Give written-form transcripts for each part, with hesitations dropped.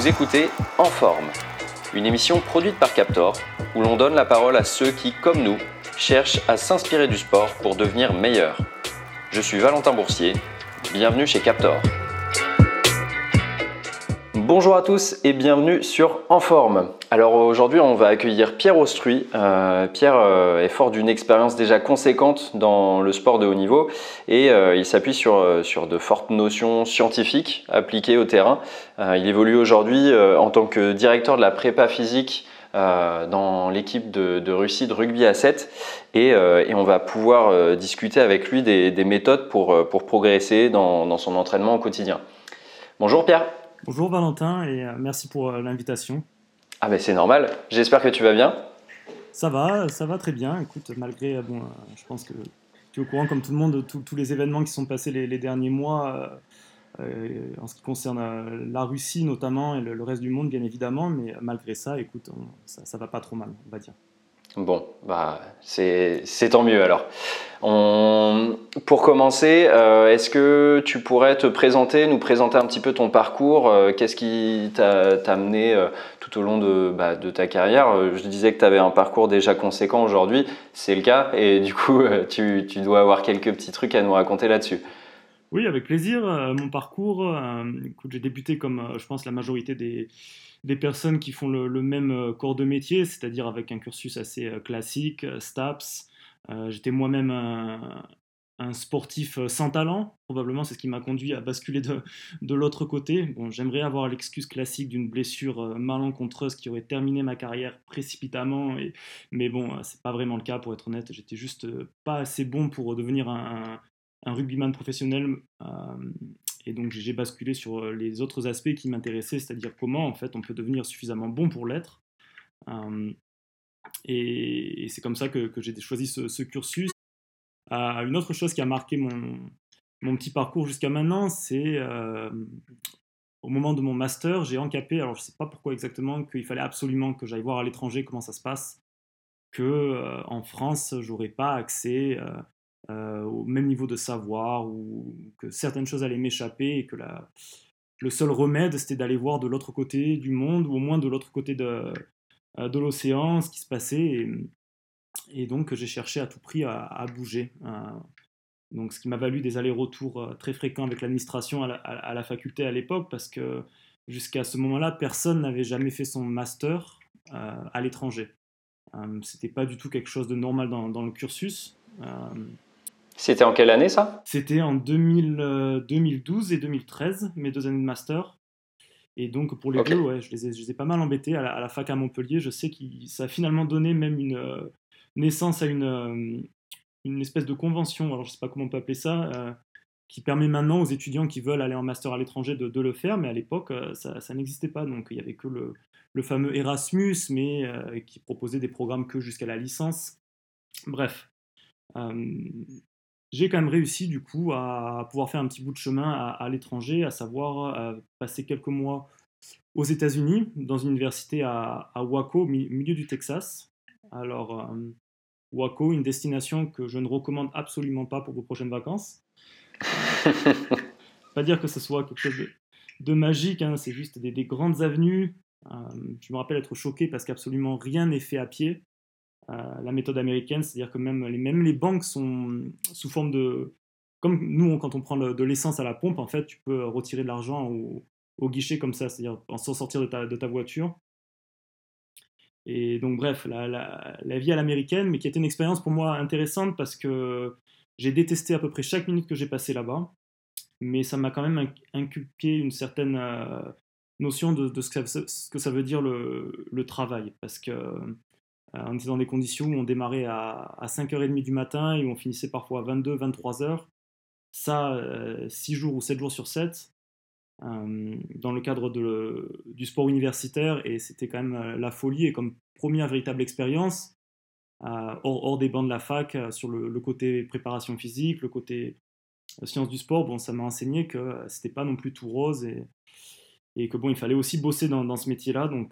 Vous écoutez En Forme, une émission produite par Captor, où l'on donne la parole à ceux qui, comme nous, cherchent à s'inspirer du sport pour devenir meilleurs. Je suis Valentin Boursier, bienvenue chez Captor. Bonjour à tous et bienvenue sur En Forme. Alors aujourd'hui on va accueillir Pierre Austruy. Pierre est fort d'une expérience déjà conséquente dans le sport de haut niveau et il s'appuie sur de fortes notions scientifiques appliquées au terrain. Il évolue aujourd'hui en tant que directeur de la prépa physique dans l'équipe de Russie de rugby à 7 et on va pouvoir discuter avec lui des méthodes pour progresser dans son entraînement au quotidien. Bonjour Pierre. Bonjour Valentin et merci pour l'invitation. Ah ben c'est normal, j'espère que tu vas bien. Ça va très bien. Écoute, malgré, je pense que tu es au courant comme tout le monde de tous les événements qui sont passés les derniers mois en ce qui concerne la Russie notamment et le reste du monde bien évidemment, mais malgré ça, écoute, ça va pas trop mal, on va dire. Bon, bah c'est tant mieux alors. Pour commencer, est-ce que tu pourrais nous présenter un petit peu ton parcours, qu'est-ce qui t'a amené tout au long de ta carrière? Je disais que tu avais un parcours déjà conséquent aujourd'hui, c'est le cas, et du coup tu dois avoir quelques petits trucs à nous raconter là-dessus. Oui, avec plaisir. Mon parcours, écoute, j'ai débuté comme je pense la majorité des personnes qui font le même corps de métier, c'est-à-dire avec un cursus assez classique, STAPS. J'étais moi-même un sportif sans talent, probablement c'est ce qui m'a conduit à basculer de l'autre côté. Bon, j'aimerais avoir l'excuse classique d'une blessure malencontreuse qui aurait terminé ma carrière précipitamment, mais bon, c'est pas vraiment le cas pour être honnête. J'étais juste pas assez bon pour devenir un rugbyman professionnel. Et donc j'ai basculé sur les autres aspects qui m'intéressaient, c'est-à-dire comment en fait on peut devenir suffisamment bon pour l'être. Euh, et c'est comme ça que j'ai choisi ce cursus. Une autre chose qui a marqué mon petit parcours jusqu'à maintenant, c'est au moment de mon master, j'ai encapé, alors je ne sais pas pourquoi exactement, qu'il fallait absolument que j'aille voir à l'étranger comment ça se passe, que en France, j'aurais pas accès au même niveau de savoir ou que certaines choses allaient m'échapper et que le seul remède, c'était d'aller voir de l'autre côté du monde ou au moins de l'autre côté de l'océan ce qui se passait. Et donc, j'ai cherché à tout prix à bouger. Donc, ce qui m'a valu des allers-retours très fréquents avec l'administration à la faculté à l'époque, parce que jusqu'à ce moment-là, personne n'avait jamais fait son master à l'étranger. C'était pas du tout quelque chose de normal dans le cursus. C'était en quelle année ça? C'était en 2012 et 2013, mes 2 années de master. Et donc pour les Ok. deux, ouais, je les ai pas mal embêtés à la fac à Montpellier. Je sais que ça a finalement donné même une naissance à une espèce de convention, alors je sais pas comment on peut appeler ça, qui permet maintenant aux étudiants qui veulent aller en master à l'étranger de le faire, mais à l'époque, ça n'existait pas. Donc il n'y avait que le fameux Erasmus, mais qui proposait des programmes que jusqu'à la licence. Bref, euh, j'ai quand même réussi du coup à pouvoir faire un petit bout de chemin à l'étranger, à savoir passer quelques mois aux États-Unis, dans une université à Waco, au milieu du Texas. Alors, Waco, une destination que je ne recommande absolument pas pour vos prochaines vacances. Pas dire que ce soit quelque chose de magique, hein, c'est juste des grandes avenues. Je me rappelle être choqué parce qu'absolument rien n'est fait à pied. La méthode américaine, c'est-à-dire que même les banques sont sous forme de... Comme nous, quand on prend de l'essence à la pompe, en fait, tu peux retirer de l'argent au guichet comme ça, c'est-à-dire sans sortir de ta voiture. Et donc, bref, la vie à l'américaine, mais qui était une expérience pour moi intéressante parce que j'ai détesté à peu près chaque minute que j'ai passée là-bas, mais ça m'a quand même inculqué une certaine notion de ce que ça veut dire le travail. Parce que on était dans des conditions où on démarrait à 5h30 du matin et où on finissait parfois à 22, 23 heures. Ça, 6 jours ou 7 jours sur 7, dans le cadre du sport universitaire, et c'était quand même la folie. Et comme première véritable expérience, hors des bancs de la fac, sur le côté préparation physique, le côté sciences du sport, bon, ça m'a enseigné que c'était pas non plus tout rose et que bon, il fallait aussi bosser dans ce métier-là. Donc,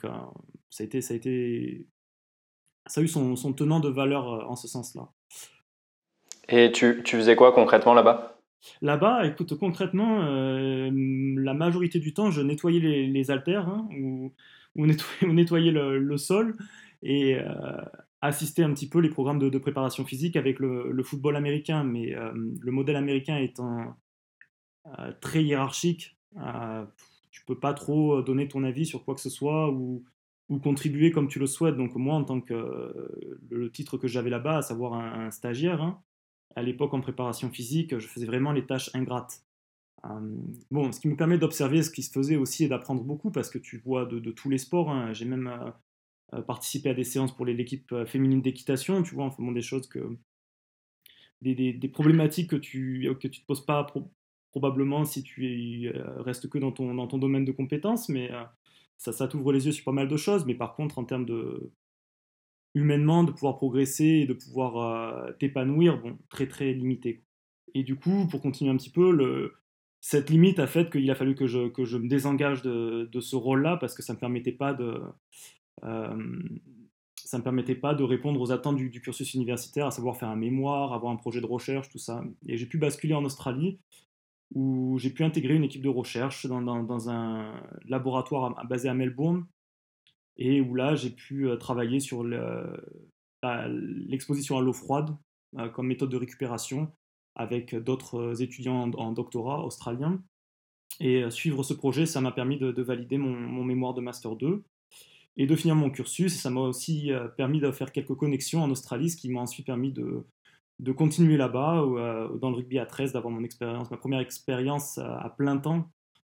ça a eu son tenant de valeur en ce sens-là. Et tu faisais quoi concrètement là-bas? Là-bas, écoute, concrètement, la majorité du temps, je nettoyais les haltères, hein, ou nettoyais, ou nettoyais le sol et assistais un petit peu les programmes de préparation physique avec le football américain. Mais le modèle américain étant très hiérarchique, tu peux pas trop donner ton avis sur quoi que ce soit ou contribuer comme tu le souhaites. Donc moi, en tant que le titre que j'avais là-bas, à savoir un stagiaire, hein, à l'époque en préparation physique, je faisais vraiment les tâches ingrates. Euh, bon, ce qui me permet d'observer ce qui se faisait aussi et d'apprendre beaucoup parce que tu vois de tous les sports, hein. J'ai même participé à des séances pour l'équipe féminine d'équitation, tu vois, enfin bon, des choses des problématiques que tu te poses pas probablement si tu restes que dans ton domaine de compétences, mais ça t'ouvre les yeux sur pas mal de choses. Mais par contre, en termes de humainement, de pouvoir progresser et de pouvoir t'épanouir, bon, très très limité. Et du coup, pour continuer un petit peu, cette limite a fait qu'il a fallu que je me désengage de ce rôle-là parce que euh, ça me permettait pas de répondre aux attentes du cursus universitaire, à savoir faire un mémoire, avoir un projet de recherche, tout ça. Et j'ai pu basculer en Australie où j'ai pu intégrer une équipe de recherche dans un laboratoire basé à Melbourne et où là j'ai pu travailler sur l'exposition à l'eau froide comme méthode de récupération avec d'autres étudiants en doctorat australiens. Et suivre ce projet, ça m'a permis de valider mon mémoire de Master 2 et de finir mon cursus. Et ça m'a aussi permis de faire quelques connexions en Australie, ce qui m'a ensuite permis de continuer là-bas, dans le rugby à 13, d'avoir mon expérience, ma première expérience à plein temps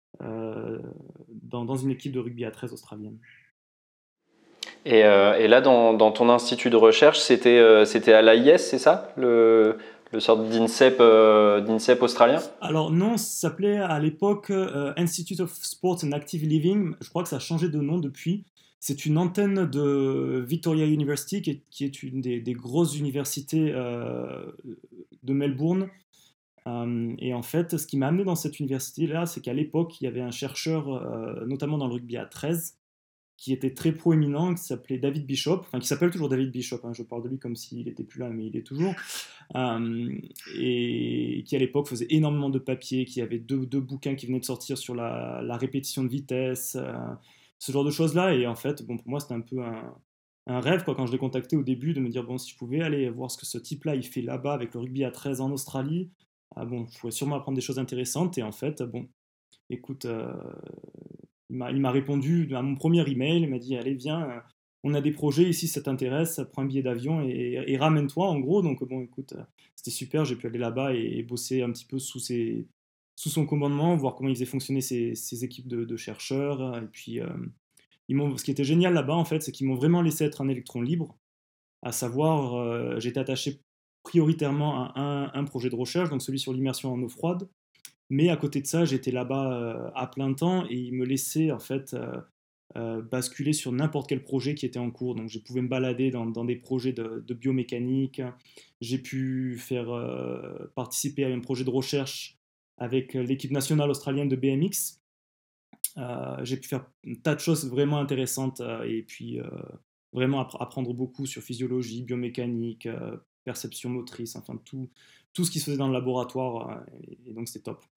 dans une équipe de rugby à 13 australienne. Et là, dans ton institut de recherche, c'était à l'AIS, c'est ça le sorte d'INSEP australien? Alors non, ça s'appelait à l'époque Institute of Sport and Active Living. Je crois que ça a changé de nom depuis. C'est une antenne de Victoria University, qui est une des grosses universités de Melbourne. Et en fait, ce qui m'a amené dans cette université-là, c'est qu'à l'époque, il y avait un chercheur, notamment dans le rugby à 13, qui était très proéminent, qui s'appelait David Bishop, enfin qui s'appelle toujours David Bishop, hein, je parle de lui comme s'il n'était plus là, mais il est toujours, euh, et qui à l'époque faisait énormément de papiers, qui avait deux bouquins qui venaient de sortir sur la répétition de vitesse, ce genre de choses-là, et en fait, bon, pour moi, c'était un peu un rêve quoi, quand je l'ai contacté au début, de me dire, bon, si je pouvais aller voir ce que ce type-là, il fait là-bas avec le rugby à 13 en Australie, bon, je pourrais sûrement apprendre des choses intéressantes, et en fait, bon, écoute, il m'a répondu à mon premier email, il m'a dit allez viens, on a des projets ici, ça t'intéresse, prends un billet d'avion et ramène-toi en gros. Donc bon écoute, c'était super, j'ai pu aller là-bas et bosser un petit peu sous son commandement, voir comment il faisait fonctionner ses équipes de chercheurs. Et puis ce qui était génial là-bas en fait, c'est qu'ils m'ont vraiment laissé être un électron libre, à savoir j'étais attaché prioritairement à un projet de recherche, donc celui sur l'immersion en eau froide. Mais à côté de ça, j'étais là-bas à plein temps et ils me laissaient en fait basculer sur n'importe quel projet qui était en cours. Donc je pouvais me balader dans des projets de biomécanique. J'ai pu faire participer à un projet de recherche avec l'équipe nationale australienne de BMX. J'ai pu faire un tas de choses vraiment intéressantes et puis vraiment apprendre beaucoup sur physiologie, biomécanique, perception motrice, enfin tout ce qui se faisait dans le laboratoire. Et donc c'était top.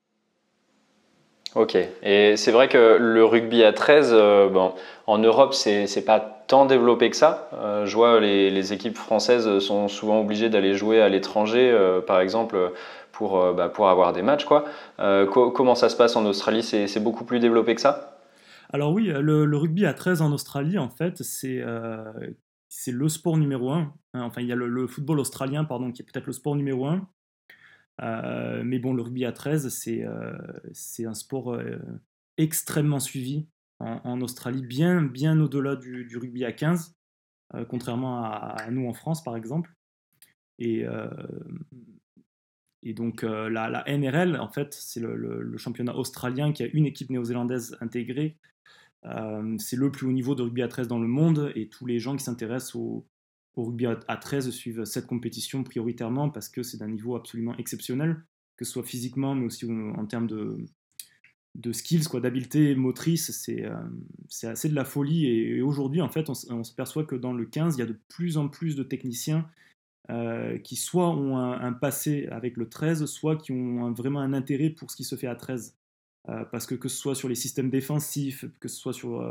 Ok, et c'est vrai que le rugby à 13, bon, en Europe, c'est pas tant développé que ça. Je vois les équipes françaises sont souvent obligées d'aller jouer à l'étranger, par exemple, pour avoir des matchs, quoi. Comment ça se passe en Australie? C'est beaucoup plus développé que ça? Alors oui, le rugby à 13 en Australie, en fait, c'est le sport numéro un, hein. Enfin, il y a le football australien, pardon, qui est peut-être le sport numéro un. Mais bon, le rugby à 13, c'est un sport extrêmement suivi en Australie, bien au-delà du rugby à 15, contrairement à nous en France, par exemple. Et, euh, et donc, la NRL, en fait, c'est le championnat australien qui a une équipe néo-zélandaise intégrée. C'est le plus haut niveau de rugby à 13 dans le monde et tous les gens qui s'intéressent au rugby à 13 suivent cette compétition prioritairement parce que c'est d'un niveau absolument exceptionnel, que ce soit physiquement mais aussi en termes de skills, quoi, d'habileté motrice, c'est assez de la folie. Et aujourd'hui, en fait, on s'aperçoit que dans le 15, il y a de plus en plus de techniciens qui soit ont un passé avec le 13, soit qui ont vraiment un intérêt pour ce qui se fait à 13. Parce que ce soit sur les systèmes défensifs, que ce soit sur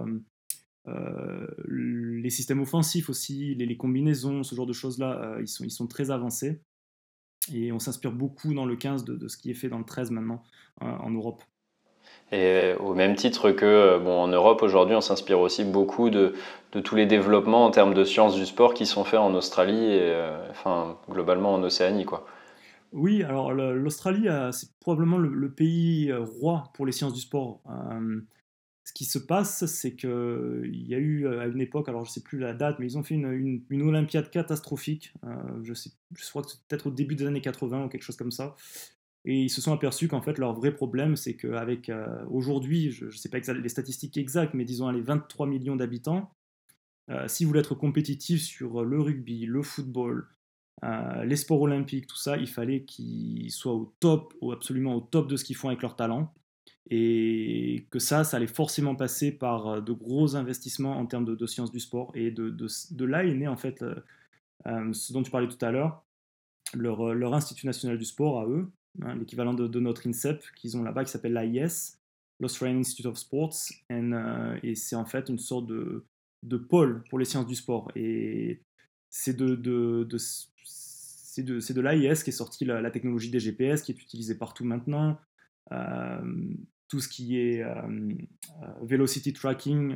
les systèmes offensifs aussi, les combinaisons, ce genre de choses-là, ils sont très avancés. Et on s'inspire beaucoup dans le 15 de ce qui est fait dans le 13 maintenant en Europe. Et au même titre que, bon, en Europe aujourd'hui, on s'inspire aussi beaucoup de tous les développements en termes de sciences du sport qui sont faits en Australie et enfin, globalement en Océanie, quoi. Oui, alors l'Australie, c'est probablement le pays roi pour les sciences du sport. Ce qui se passe, c'est qu'il y a eu à une époque, alors je ne sais plus la date, mais ils ont fait une Olympiade catastrophique. Je crois que c'est peut-être au début des années 80 ou quelque chose comme ça. Et ils se sont aperçus qu'en fait, leur vrai problème, c'est qu'avec aujourd'hui, je ne sais pas les statistiques exactes, mais disons les 23 millions d'habitants, si vous voulez être compétitif sur le rugby, le football, les sports olympiques, tout ça, il fallait qu'ils soient au top, absolument au top de ce qu'ils font avec leur talent. Et que ça allait forcément passer par de gros investissements en termes de sciences du sport. Et de là est né en fait ce dont tu parlais tout à l'heure, leur Institut national du sport à eux, hein, l'équivalent de notre INSEP qu'ils ont là-bas qui s'appelle l'AIS, l'Australian Institute of Sports, et c'est en fait une sorte de pôle pour les sciences du sport. Et c'est c'est de l'AIS qu'est sortie la technologie des GPS qui est utilisée partout maintenant. Euh, Tout ce qui est velocity tracking,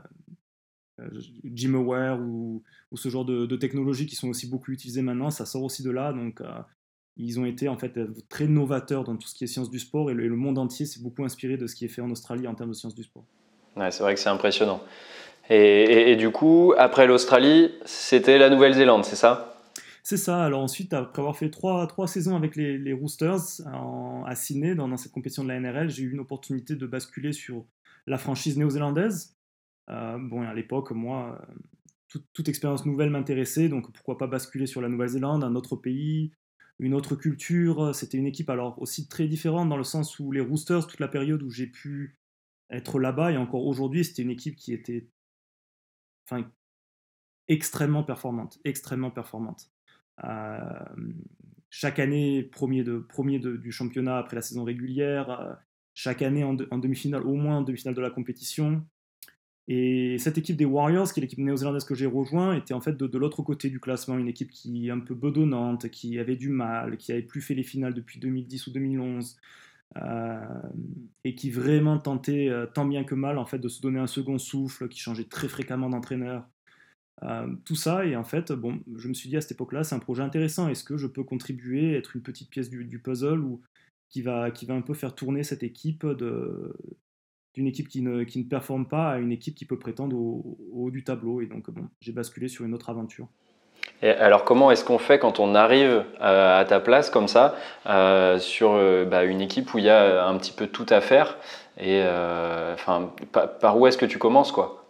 GymAware ou ce genre de technologies qui sont aussi beaucoup utilisées maintenant, ça sort aussi de là. Donc, ils ont été en fait très novateurs dans tout ce qui est sciences du sport et le monde entier s'est beaucoup inspiré de ce qui est fait en Australie en termes de sciences du sport. Ouais, c'est vrai que c'est impressionnant. Et du coup, après l'Australie, c'était la Nouvelle-Zélande, c'est ça? C'est ça. Alors ensuite, après avoir fait trois saisons avec les Roosters à Sydney dans cette compétition de la NRL, j'ai eu une opportunité de basculer sur la franchise néo-zélandaise. Bon, à l'époque, moi, toute expérience nouvelle m'intéressait, donc pourquoi pas basculer sur la Nouvelle-Zélande, un autre pays, une autre culture. C'était une équipe alors aussi très différente dans le sens où les Roosters, toute la période où j'ai pu être là-bas et encore aujourd'hui, c'était une équipe qui était enfin, extrêmement performante, extrêmement performante. Euh, Chaque année, du championnat après la saison régulière, chaque année en demi-finale, au moins en demi-finale de la compétition. Et cette équipe des Warriors, qui est l'équipe néo-zélandaise que j'ai rejoint, était en fait de l'autre côté du classement, une équipe qui est un peu bedonnante, qui avait du mal, qui avait plus fait les finales depuis 2010 ou 2011, euh, et qui vraiment tentait tant bien que mal en fait de se donner un second souffle, qui changeait très fréquemment d'entraîneur. Tout ça, et en fait, bon, je me suis dit à cette époque-là, c'est un projet intéressant. Est-ce que je peux contribuer, être une petite pièce du puzzle ou qui va un peu faire tourner cette équipe d'une équipe qui ne performe pas à une équipe qui peut prétendre au haut du tableau. Et donc, bon, j'ai basculé sur une autre aventure. Et alors comment est-ce qu'on fait quand on arrive à ta place comme ça sur bah, une équipe où il y a un petit peu tout à faire et enfin par où est-ce que tu commences quoi?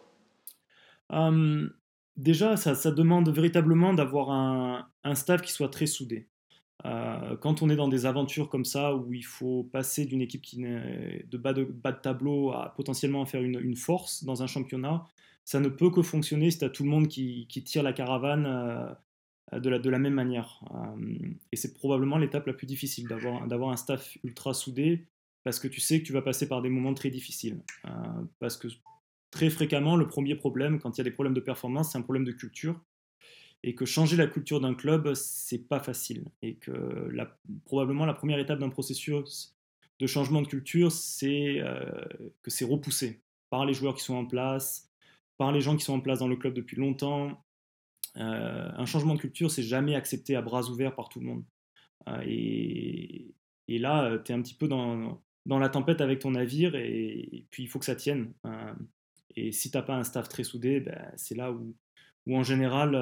Euh, Déjà, ça demande véritablement d'avoir un staff qui soit très soudé. Quand on est dans des aventures comme ça où il faut passer d'une équipe qui n'est bas de tableau à potentiellement faire une force dans un championnat, ça ne peut que fonctionner si tu as tout le monde qui tire la caravane de la même manière. Et c'est probablement l'étape la plus difficile d'avoir un staff ultra soudé parce que tu sais que tu vas passer par des moments très difficiles. Parce que très fréquemment, le premier problème, quand il y a des problèmes de performance, c'est un problème de culture et que changer la culture d'un club, c'est pas facile. Et que probablement la première étape d'un processus de changement de culture, c'est que c'est repoussé par les joueurs qui sont en place, par les gens qui sont en place dans le club depuis longtemps. Un changement de culture, c'est jamais accepté à bras ouverts par tout le monde. Et là, tu es un petit peu dans la tempête avec ton navire et puis il faut que ça tienne. Et si t'as pas un staff très soudé, ben, c'est là où en général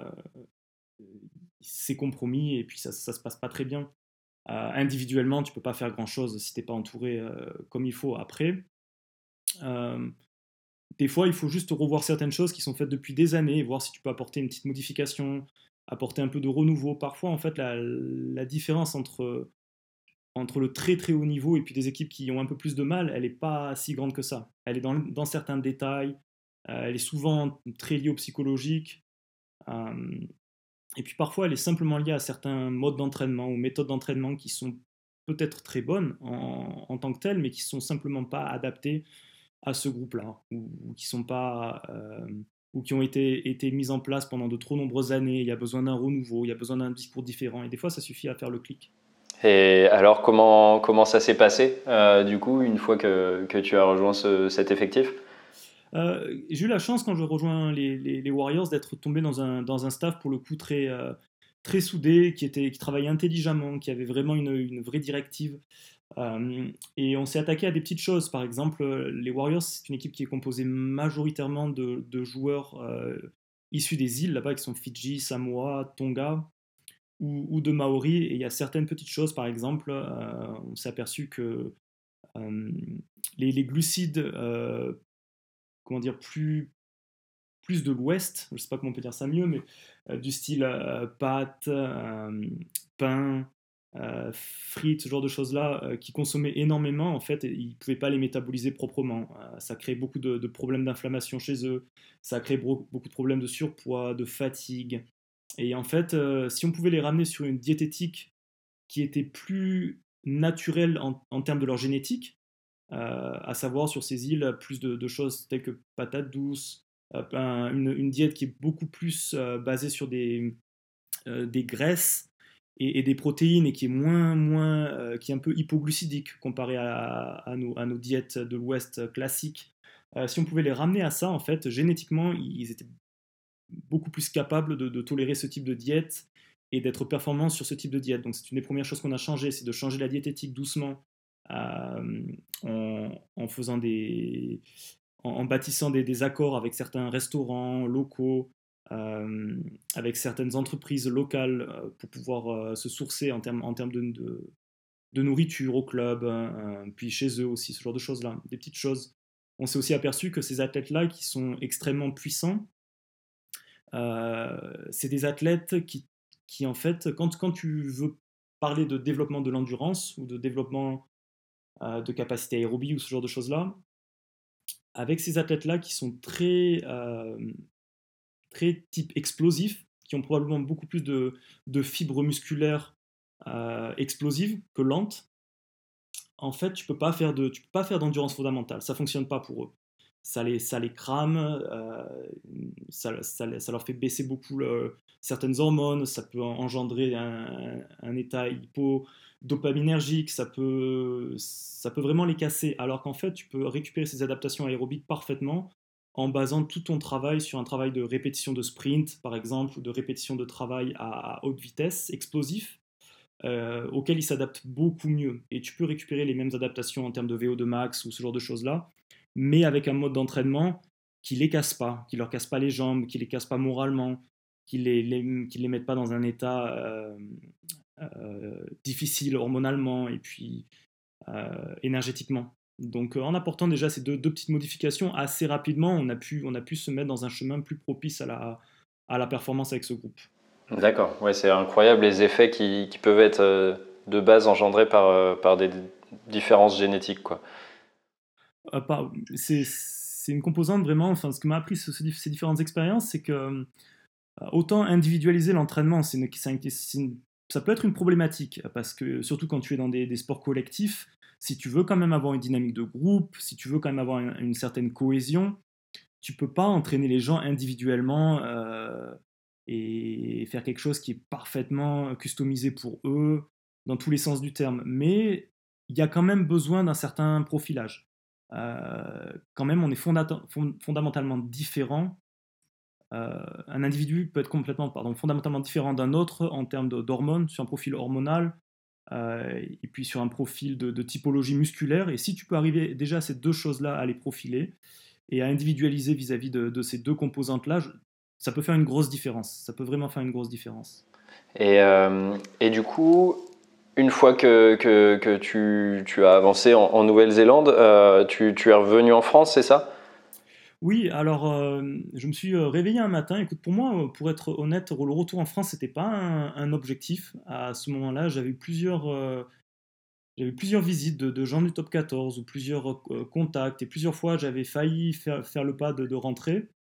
c'est compromis et puis ça se passe pas très bien. Individuellement, tu peux pas faire grand chose si t'es pas entouré comme il faut. Après, euh, des fois, il faut juste revoir certaines choses qui sont faites depuis des années, voir si tu peux apporter une petite modification, apporter un peu de renouveau. Parfois, en fait, la différence entre le très très haut niveau et puis des équipes qui ont un peu plus de mal, elle n'est pas si grande que ça. Elle est dans certains détails, elle est souvent très liée au psychologique. Euh, Et puis parfois, elle est simplement liée à certains modes d'entraînement ou méthodes d'entraînement qui sont peut-être très bonnes en tant que telles, mais qui ne sont simplement pas adaptées à ce groupe-là, ou qui sont pas, ou qui ont été mises en place pendant de trop nombreuses années. Il y a besoin d'un renouveau, il y a besoin d'un discours différent. Et des fois, ça suffit à faire le clic. Et alors, comment ça s'est passé, du coup, une fois que tu as rejoint cet effectif? J'ai eu la chance quand je rejoins les Warriors d'être tombé dans un staff pour le coup très soudé, qui travaillait intelligemment, qui avait vraiment une vraie directive. Et on s'est attaqué à des petites choses. Par exemple, les Warriors, c'est une équipe qui est composée majoritairement de joueurs issus des îles là-bas, qui sont Fidji, Samoa, Tonga ou de Maori. Et il y a certaines petites choses, par exemple, on s'est aperçu que euh, les glucides, comment dire, plus de l'Ouest, je ne sais pas comment on peut dire ça mieux, mais du style pâtes, pain, frites, ce genre de choses-là, qui consommaient énormément, en fait, ils ne pouvaient pas les métaboliser proprement. Ça crée beaucoup de problèmes d'inflammation chez eux, ça crée beaucoup de problèmes de surpoids, de fatigue. Et en fait, si on pouvait les ramener sur une diététique qui était plus naturelle en termes de leur génétique, à savoir sur ces îles plus de choses telles que patates douces, une diète qui est beaucoup plus basée sur des graisses et des protéines et qui est qui est un peu hypoglucidique comparé à nos diètes de l'Ouest classiques. Si on pouvait les ramener à ça, en fait, génétiquement, ils étaient beaucoup plus capables de tolérer ce type de diète et d'être performants sur ce type de diète. Donc c'est une des premières choses qu'on a changé, c'est de changer la diététique doucement en faisant en bâtissant des accords avec certains restaurants locaux, avec certaines entreprises locales pour pouvoir se sourcer en termes de nourriture au club, puis chez eux aussi, ce genre de choses-là, des petites choses. On s'est aussi aperçu que ces athlètes-là, qui sont extrêmement puissants, c'est des athlètes qui en fait, quand tu veux parler de développement de l'endurance ou de développement de capacité aérobie ou ce genre de choses-là, avec ces athlètes-là qui sont très type explosif, qui ont probablement beaucoup plus de fibres musculaires explosives que lentes, en fait, tu peux pas faire d'endurance fondamentale. Ça fonctionne pas pour eux. Ça les crame, ça leur fait baisser beaucoup certaines hormones, ça peut engendrer un état hypodopaminergique, ça peut vraiment les casser. Alors qu'en fait, tu peux récupérer ces adaptations aérobiques parfaitement en basant tout ton travail sur un travail de répétition de sprint, par exemple, ou de répétition de travail à haute vitesse, explosif, auquel ils s'adaptent beaucoup mieux. Et tu peux récupérer les mêmes adaptations en termes de VO2 max ou ce genre de choses-là, mais avec un mode d'entraînement qui les casse pas, qui leur casse pas les jambes, qui les casse pas moralement, qui les mette pas dans un état difficile hormonalement et puis énergétiquement. Donc en apportant déjà ces deux petites modifications assez rapidement, on a pu se mettre dans un chemin plus propice à la performance avec ce groupe. D'accord, ouais, c'est incroyable les effets qui peuvent être de base engendrés par des différences génétiques, quoi. C'est une composante vraiment, enfin ce que m'a appris ces différentes expériences, c'est que autant individualiser l'entraînement, ça peut être une problématique, parce que surtout quand tu es dans des sports collectifs, si tu veux quand même avoir une dynamique de groupe, si tu veux quand même avoir une certaine cohésion, tu peux pas entraîner les gens individuellement et faire quelque chose qui est parfaitement customisé pour eux, dans tous les sens du terme. Mais il y a quand même besoin d'un certain profilage. Quand même, on est fondamentalement différent. Un individu peut être fondamentalement différent d'un autre en termes d'hormones, sur un profil hormonal, et puis sur un profil de typologie musculaire. Et si tu peux arriver déjà à ces deux choses-là, à les profiler et à individualiser vis-à-vis de ces deux composantes-là, ça peut faire une grosse différence. Ça peut vraiment faire une grosse différence. Et du coup, une fois que tu as avancé en Nouvelle-Zélande, tu es revenu en France, c'est ça? Oui, alors je me suis réveillé un matin. Écoute, pour moi, pour être honnête, le retour en France, c'était pas un objectif. À ce moment-là, j'avais plusieurs visites de gens du top 14 ou plusieurs contacts et plusieurs fois j'avais failli faire le pas de rentrer.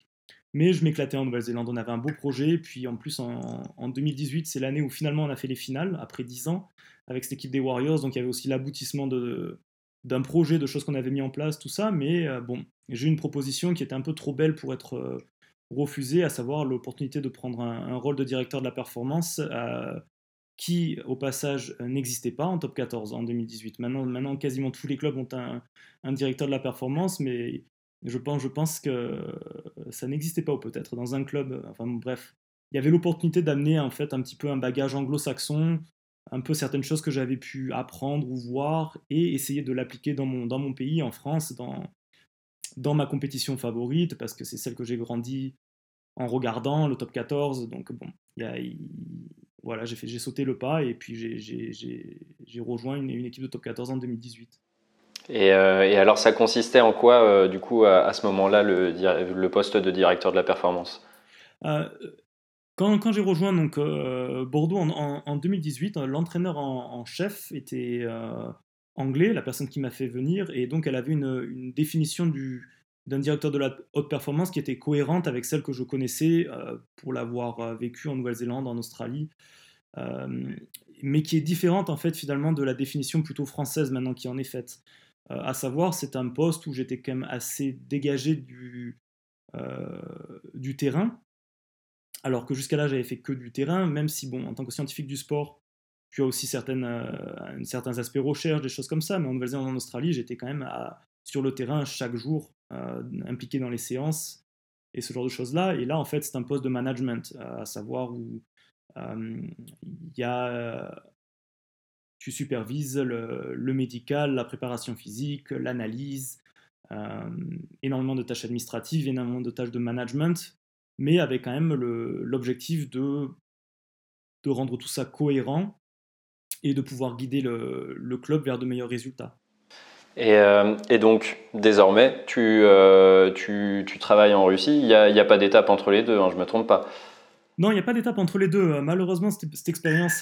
Mais je m'éclatais en Nouvelle-Zélande. On avait un beau projet. Puis en plus, en 2018, c'est l'année où finalement on a fait les finales, après 10 ans, avec cette équipe des Warriors. Donc il y avait aussi l'aboutissement d'un projet, de choses qu'on avait mis en place, tout ça. Mais bon, j'ai eu une proposition qui était un peu trop belle pour être refusée, à savoir l'opportunité de prendre un rôle de directeur de la performance. Qui, au passage, n'existait pas en top 14 en 2018. Maintenant, quasiment tous les clubs ont un directeur de la performance, mais je pense que ça n'existait pas, ou peut-être dans un club. Enfin bref, il y avait l'opportunité d'amener en fait un petit peu un bagage anglo-saxon, un peu certaines choses que j'avais pu apprendre ou voir, et essayer de l'appliquer dans mon pays, en France, dans ma compétition favorite, parce que c'est celle que j'ai grandi en regardant, le top 14. Donc bon, voilà, j'ai sauté le pas, et puis j'ai rejoint une équipe de top 14 en 2018. Et alors, ça consistait en quoi, du coup, à ce moment-là, le poste de directeur de la performance? Euh, quand j'ai rejoint donc, Bordeaux en 2018, l'entraîneur en chef était anglais, la personne qui m'a fait venir, et donc elle avait une définition d'un directeur de la haute performance qui était cohérente avec celle que je connaissais pour l'avoir vécue en Nouvelle-Zélande, en Australie, euh, mais qui est différente en fait finalement de la définition plutôt française maintenant qui en est faite. À savoir, c'est un poste où j'étais quand même assez dégagé euh, du terrain, alors que jusqu'à là j'avais fait que du terrain, même si bon, en tant que scientifique du sport, tu as aussi certains aspects recherche, des choses comme ça, mais en Nouvelle-Zélande, en Australie, j'étais quand même sur le terrain chaque jour, impliqué dans les séances et ce genre de choses-là. Et là, en fait, c'est un poste de management, à savoir où il y a, tu supervises le médical, la préparation physique, l'analyse, euh, énormément de tâches administratives, énormément de tâches de management, mais avec quand même l'objectif de rendre tout ça cohérent et de pouvoir guider le club vers de meilleurs résultats. Et donc, désormais, tu travailles en Russie. Il y a pas d'étape entre les deux, hein, je me trompe pas. Non, il n'y a pas d'étape entre les deux. Malheureusement, cette expérience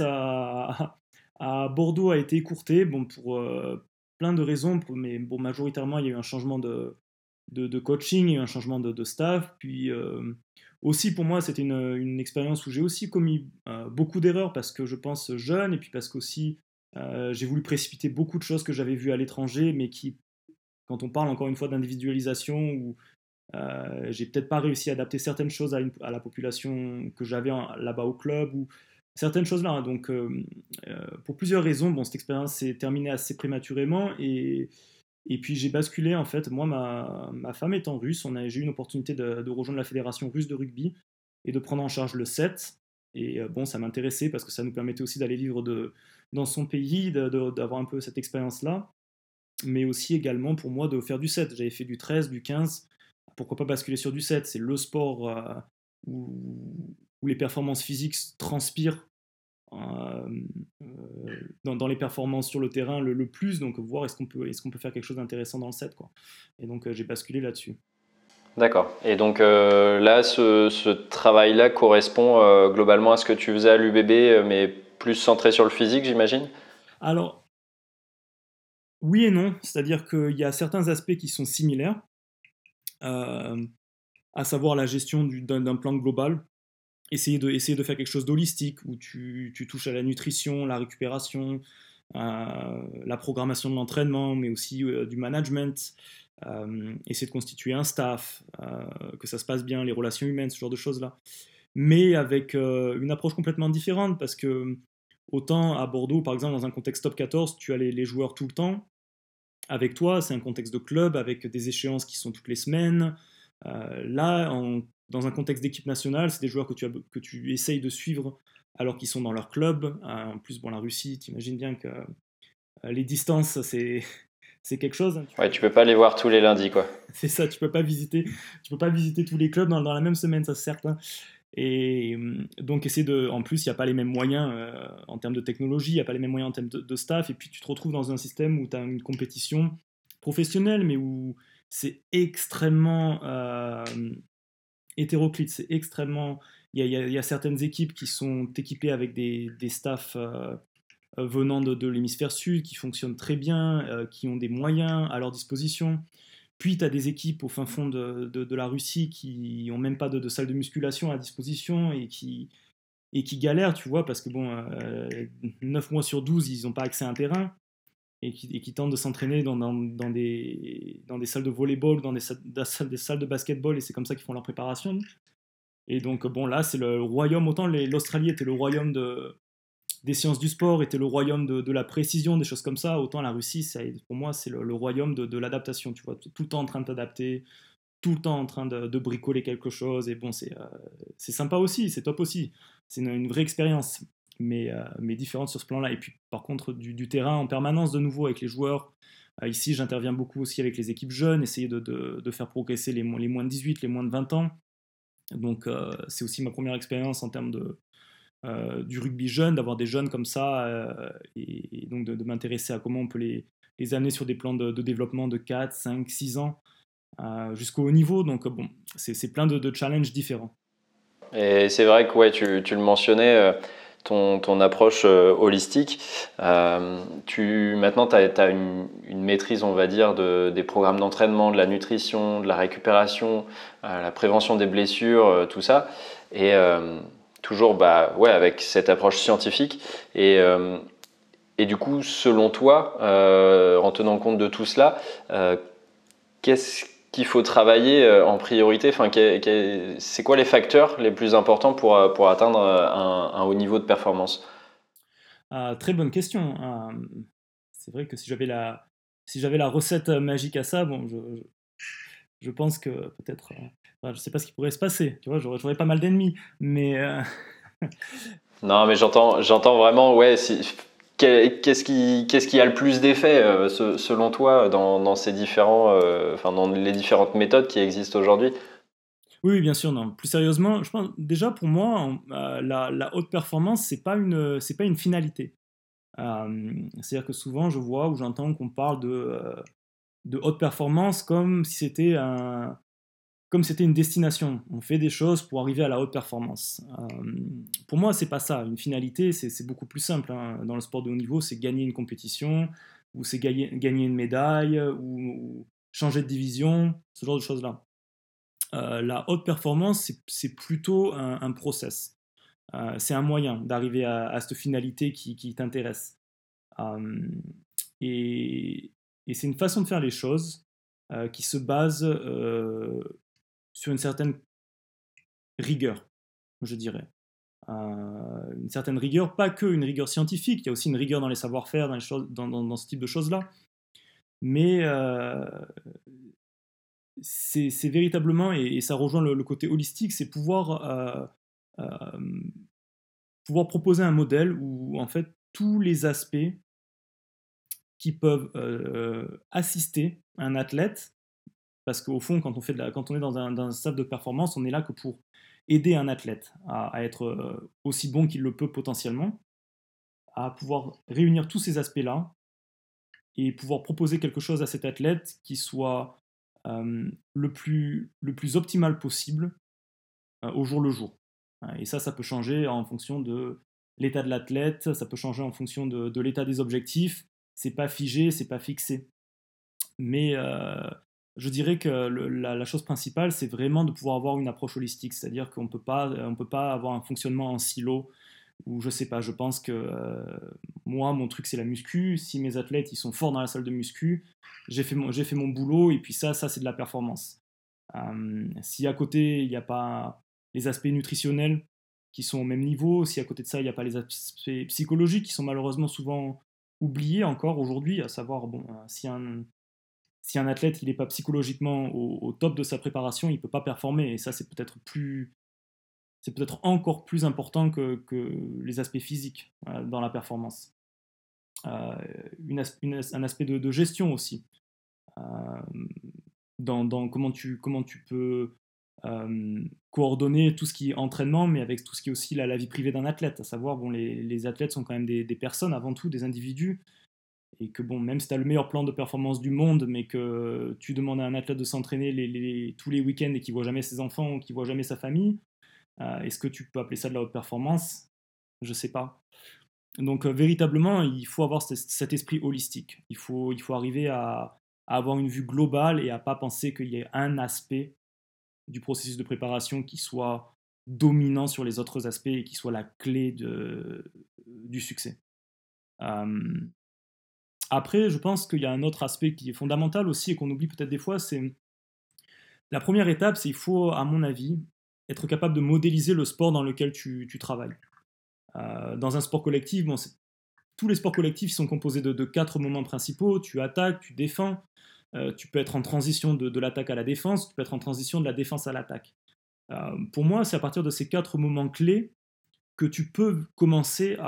à Bordeaux a été écourtée, bon, pour plein de raisons, mais bon, majoritairement, il y a eu un changement de coaching, il y a eu un changement de staff. Puis aussi, pour moi, c'était une expérience où j'ai aussi commis beaucoup d'erreurs, parce que je pense jeune, et puis parce qu'aussi j'ai voulu précipiter beaucoup de choses que j'avais vues à l'étranger, mais qui, quand on parle encore une fois d'individualisation, ou j'ai peut-être pas réussi à adapter certaines choses à la population que j'avais là-bas au club, ou certaines choses là, hein. Donc, pour plusieurs raisons, bon, cette expérience s'est terminée assez prématurément, et puis j'ai basculé en fait. Moi, ma femme étant russe, j'ai eu une opportunité de rejoindre la fédération russe de rugby et de prendre en charge le 7. Et bon, ça m'intéressait parce que ça nous permettait aussi d'aller vivre dans son pays, d'avoir un peu cette expérience-là, mais aussi également pour moi de faire du 7. J'avais fait du 13, du 15. Pourquoi pas basculer sur du 7? C'est le sport où les performances physiques transpirent euh, dans les performances sur le terrain le plus. Donc voir est-ce qu'on peut faire quelque chose d'intéressant dans le 7, quoi. Et donc j'ai basculé là-dessus. D'accord. Et donc là, ce travail-là correspond globalement à ce que tu faisais à l'UBB, mais plus centré sur le physique, j'imagine? Alors, oui et non, c'est-à-dire qu'il y a certains aspects qui sont similaires, euh, à savoir la gestion d'un plan global. Essayer de faire quelque chose d'holistique, où tu touches à la nutrition, la récupération, la programmation de l'entraînement, mais aussi du management, essayer de constituer un staff, que ça se passe bien, les relations humaines, ce genre de choses-là. Mais avec une approche complètement différente, parce que autant à Bordeaux, par exemple, dans un contexte top 14, tu as les joueurs tout le temps avec toi, c'est un contexte de club avec des échéances qui sont toutes les semaines. Là, dans un contexte d'équipe nationale, c'est des joueurs que tu essayes de suivre alors qu'ils sont dans leur club. En plus, bon, la Russie, t'imagines bien que les distances, c'est quelque chose, hein. Ouais, tu peux pas les voir tous les lundis, quoi. C'est ça, tu peux pas visiter tous les clubs dans la même semaine, ça c'est certain. Et donc en plus, il n'y a pas les mêmes moyens en termes de technologie, il n'y a pas les mêmes moyens en termes de staff, et puis tu te retrouves dans un système où tu as une compétition professionnelle, mais où c'est extrêmement hétéroclite, c'est extrêmement... Il y a certaines équipes qui sont équipées avec des staffs venant de l'hémisphère sud, qui fonctionnent très bien, qui ont des moyens à leur disposition. Puis tu as des équipes au fin fond de la Russie qui ont même pas de salle de musculation à disposition et qui galèrent, tu vois, parce que bon, 9 mois sur 12, ils n'ont pas accès à un terrain et qui tentent de s'entraîner dans des salles de volleyball, des salles de basketball, et c'est comme ça qu'ils font leur préparation. Et donc, bon, là, c'est le royaume, autant l'Australie était le royaume des sciences du sport, était le royaume de la précision, des choses comme ça, autant la Russie, pour moi, c'est le royaume de l'adaptation, tu vois, tout le temps en train de t'adapter, tout le temps en train de bricoler quelque chose, et bon, c'est sympa aussi, c'est top aussi, c'est une vraie expérience, mais différente sur ce plan-là. Et puis, par contre, du terrain en permanence, de nouveau, avec les joueurs. Ici, j'interviens beaucoup aussi avec les équipes jeunes, essayer de faire progresser les moins de 18, les moins de 20 ans. Donc, c'est aussi ma première expérience en termes du rugby jeune, d'avoir des jeunes comme ça, et donc de m'intéresser à comment on peut les amener sur des plans de développement de 4, 5, 6 ans, jusqu'au haut niveau. Donc bon, c'est plein de challenges différents. Et c'est vrai que ouais, tu le mentionnais, ton approche holistique. Maintenant, tu as une maîtrise, on va dire, des programmes d'entraînement, de la nutrition, de la récupération, la prévention des blessures, tout ça. Et toujours bah, ouais, avec cette approche scientifique. Et du coup, selon toi, en tenant compte de tout cela, qu'est-ce qu'il faut travailler en priorité? Enfin, c'est quoi les facteurs les plus importants pour atteindre un haut niveau de performance? Très bonne question. C'est vrai que si j'avais la recette magique à ça, bon, je pense que peut-être, enfin, je sais pas ce qui pourrait se passer. Tu vois, j'aurais pas mal d'ennemis, mais Non, mais j'entends vraiment, ouais, qu'est-ce qui a le plus d'effet selon toi dans ces enfin, dans les différentes méthodes qui existent aujourd'hui? oui, oui, bien sûr, non. Plus sérieusement, je pense déjà pour moi, la haute performance, c'est pas une finalité. C'est-à-dire que souvent, je vois ou j'entends qu'on parle de haute performance comme si c'était une destination. On fait des choses pour arriver à la haute performance. Pour moi, c'est pas ça. Une finalité, c'est beaucoup plus simple, hein. Dans le sport de haut niveau, c'est gagner une compétition, ou c'est gagner une médaille, ou changer de division, ce genre de choses-là. La haute performance, c'est plutôt un process. C'est un moyen d'arriver à cette finalité qui t'intéresse. Euh, et et c'est une façon de faire les choses qui se base sur une certaine rigueur, je dirais. Une certaine rigueur, pas que une rigueur scientifique, il y a aussi une rigueur dans les savoir-faire, dans ce type de choses-là. Mais c'est véritablement, et ça rejoint le côté holistique, c'est euh, pouvoir proposer un modèle où en fait tous les aspects qui peuvent assister un athlète, parce qu'au fond, quand on est dans un stade de performance, on est là que pour aider un athlète à être aussi bon qu'il le peut potentiellement, à pouvoir réunir tous ces aspects-là et pouvoir proposer quelque chose à cet athlète qui soit le plus optimal possible au jour le jour. Et ça peut changer en fonction de l'état de l'athlète, ça peut changer en fonction de l'état des objectifs. C'est pas figé, c'est pas fixé. Mais je dirais que la chose principale, c'est vraiment de pouvoir avoir une approche holistique, c'est-à-dire on peut pas avoir un fonctionnement en silo, ou je sais pas, je pense que moi, mon truc, c'est la muscu. Si mes athlètes, ils sont forts dans la salle de muscu, j'ai fait mon boulot, et puis ça c'est de la performance. Si à côté, il n'y a pas les aspects nutritionnels qui sont au même niveau, si à côté de ça, il n'y a pas les aspects psychologiques qui sont malheureusement souvent oubliés encore aujourd'hui, à savoir, bon, si un athlète il n'est pas psychologiquement au top de sa préparation, il ne peut pas performer. Et ça, c'est peut-être encore plus important que les aspects physiques dans la performance. Euh, un aspect de gestion aussi. Euh, dans comment tu peux coordonner tout ce qui est entraînement, mais avec tout ce qui est aussi la vie privée d'un athlète. À savoir, bon, les athlètes sont quand même des personnes avant tout, des individus, et que bon, même si tu as le meilleur plan de performance du monde, mais que tu demandes à un athlète de s'entraîner tous les week-ends et qu'il voit jamais ses enfants ou qu'il voit jamais sa famille, est-ce que tu peux appeler ça de la haute performance? Je sais pas. Donc véritablement, il faut avoir cet esprit holistique. Il faut arriver à avoir une vue globale et à pas penser qu'il y ait un aspect du processus de préparation qui soit dominant sur les autres aspects et qui soit la clé du succès. Après, je pense qu'il y a un autre aspect qui est fondamental aussi et qu'on oublie peut-être des fois, c'est la première étape, c'est il faut, à mon avis, être capable de modéliser le sport dans lequel tu travailles. Dans un sport collectif, bon, tous les sports collectifs sont composés de 4 moments principaux. Tu attaques, tu défends, tu peux être en transition de l'attaque à la défense, tu peux être en transition de la défense à l'attaque. Pour moi, c'est à partir de ces 4 moments clés que tu peux commencer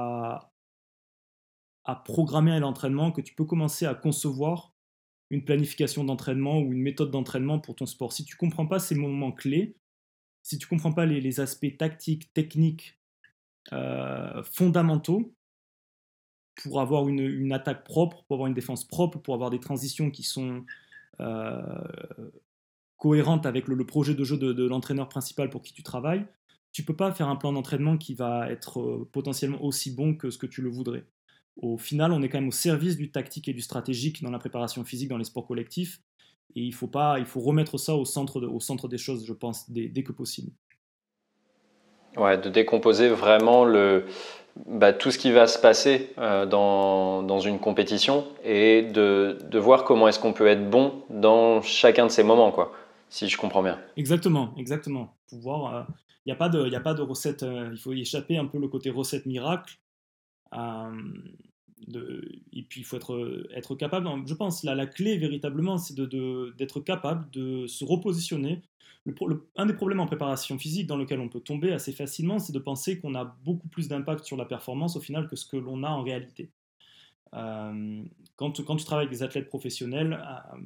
à programmer l'entraînement, que tu peux commencer à concevoir une planification d'entraînement ou une méthode d'entraînement pour ton sport. Si tu ne comprends pas ces moments clés, si tu ne comprends pas les aspects tactiques, techniques, fondamentaux, pour avoir une attaque propre, pour avoir une défense propre, pour avoir des transitions qui sont euh, cohérentes avec le projet de jeu de l'entraîneur principal pour qui tu travailles, tu ne peux pas faire un plan d'entraînement qui va être potentiellement aussi bon que ce que tu le voudrais. Au final, on est quand même au service du tactique et du stratégique dans la préparation physique, dans les sports collectifs, et il faut remettre ça au centre des choses, je pense, dès que possible. Ouais, de décomposer vraiment tout ce qui va se passer dans une compétition et de voir comment est-ce qu'on peut être bon dans chacun de ces moments, quoi, si je comprends bien. Exactement, exactement. Pouvoir, il n'y a pas de recette, il faut y échapper un peu le côté recette miracle. Euh, et puis il faut être capable, je pense, la clé véritablement, c'est d'être capable de se repositionner. Un des problèmes en préparation physique dans lequel on peut tomber assez facilement, c'est de penser qu'on a beaucoup plus d'impact sur la performance au final que ce que l'on a en réalité. Quand tu travailles avec des athlètes professionnels,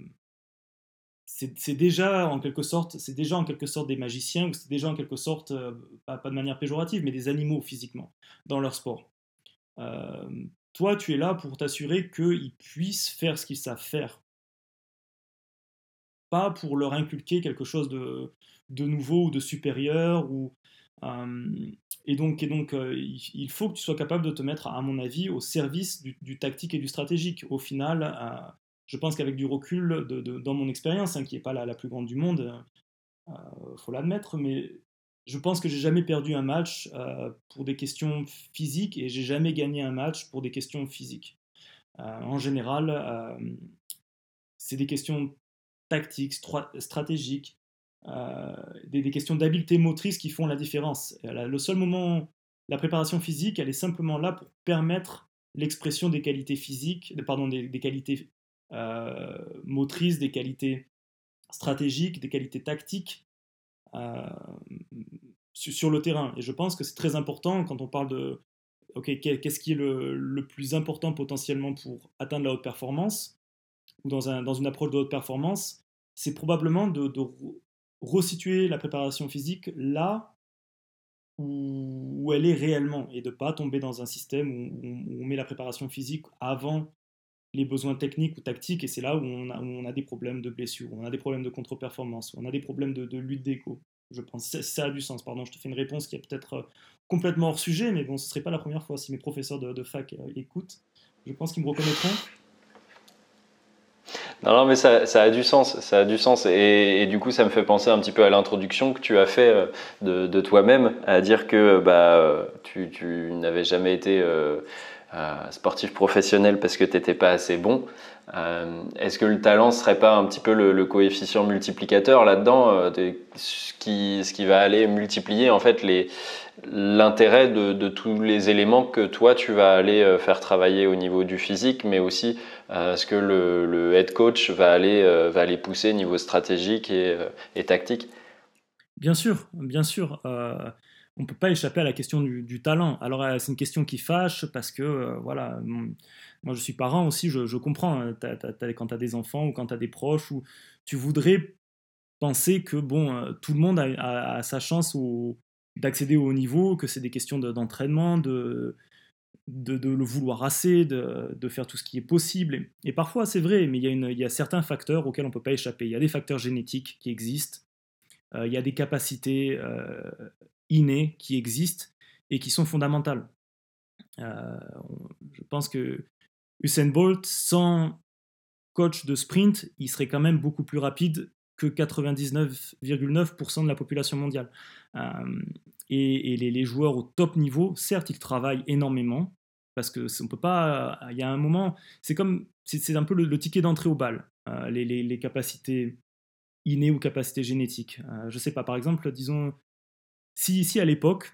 c'est déjà en quelque sorte des magiciens, ou c'est déjà en quelque sorte, pas de manière péjorative, mais des animaux physiquement dans leur sport. Euh, Toi, tu es là pour t'assurer qu'ils puissent faire ce qu'ils savent faire, pas pour leur inculquer quelque chose de nouveau ou de supérieur. Euh, il faut que tu sois capable de te mettre, à mon avis, au service du tactique et du stratégique. Au final, je pense qu'avec du recul, dans mon expérience, hein, qui n'est pas la plus grande du monde, faut l'admettre, mais je pense que j'ai jamais perdu un match pour des questions physiques et j'ai jamais gagné un match pour des questions physiques. En général, c'est des questions tactiques, stratégiques, des questions d'habileté motrice qui font la différence. Le seul moment, la préparation physique, elle est simplement là pour permettre l'expression des qualités physiques, pardon, des qualités motrices, des qualités stratégiques, des qualités tactiques euh, sur le terrain. Et je pense que c'est très important quand on parle de OK, qu'est-ce qui est le plus important potentiellement pour atteindre la haute performance ou dans une approche de haute performance, c'est probablement de resituer la préparation physique là où elle est réellement et de ne pas tomber dans un système où on met la préparation physique avant les besoins techniques ou tactiques, et c'est là où on a des problèmes de blessure, où on a des problèmes de contre-performance, où on a des problèmes de lutte d'écho. Je pense ça a du sens. Pardon, je te fais une réponse qui est peut-être complètement hors sujet, mais bon, ce ne serait pas la première fois si mes professeurs de fac écoutent. Je pense qu'ils me reconnaîtront. Non, non, mais ça a du sens, ça a du sens. Et du coup, ça me fait penser un petit peu à l'introduction que tu as fait de toi-même, à dire que tu n'avais jamais été sportif professionnel parce que tu n'étais pas assez bon. Est-ce que le talent serait pas un petit peu le coefficient multiplicateur là-dedans, ce qui va aller multiplier en fait l'intérêt de tous les éléments que toi tu vas aller faire travailler au niveau du physique, mais aussi ce que le head coach va aller pousser niveau stratégique et tactique. Bien sûr, bien sûr. On ne peut pas échapper à la question du talent. Alors, c'est une question qui fâche parce que, voilà, moi je suis parent aussi, je comprends. Hein, quand tu as des enfants ou quand tu as des proches, où tu voudrais penser que, bon, tout le monde a sa chance d'accéder au haut niveau, que c'est des questions d'entraînement, de le vouloir assez, de faire tout ce qui est possible. Et parfois, c'est vrai, mais il y a certains facteurs auxquels on ne peut pas échapper. Il y a des facteurs génétiques qui existent. Il y a des capacités innées qui existent et qui sont fondamentales. Je pense que Usain Bolt, sans coach de sprint, il serait quand même beaucoup plus rapide que 99,9% de la population mondiale. Et les joueurs au top niveau, certes, ils travaillent énormément, parce que on peut pas. Il y a un moment, c'est un peu le ticket d'entrée au bal, les capacités innées ou capacités génétiques. Je sais pas, par exemple, disons, si à l'époque,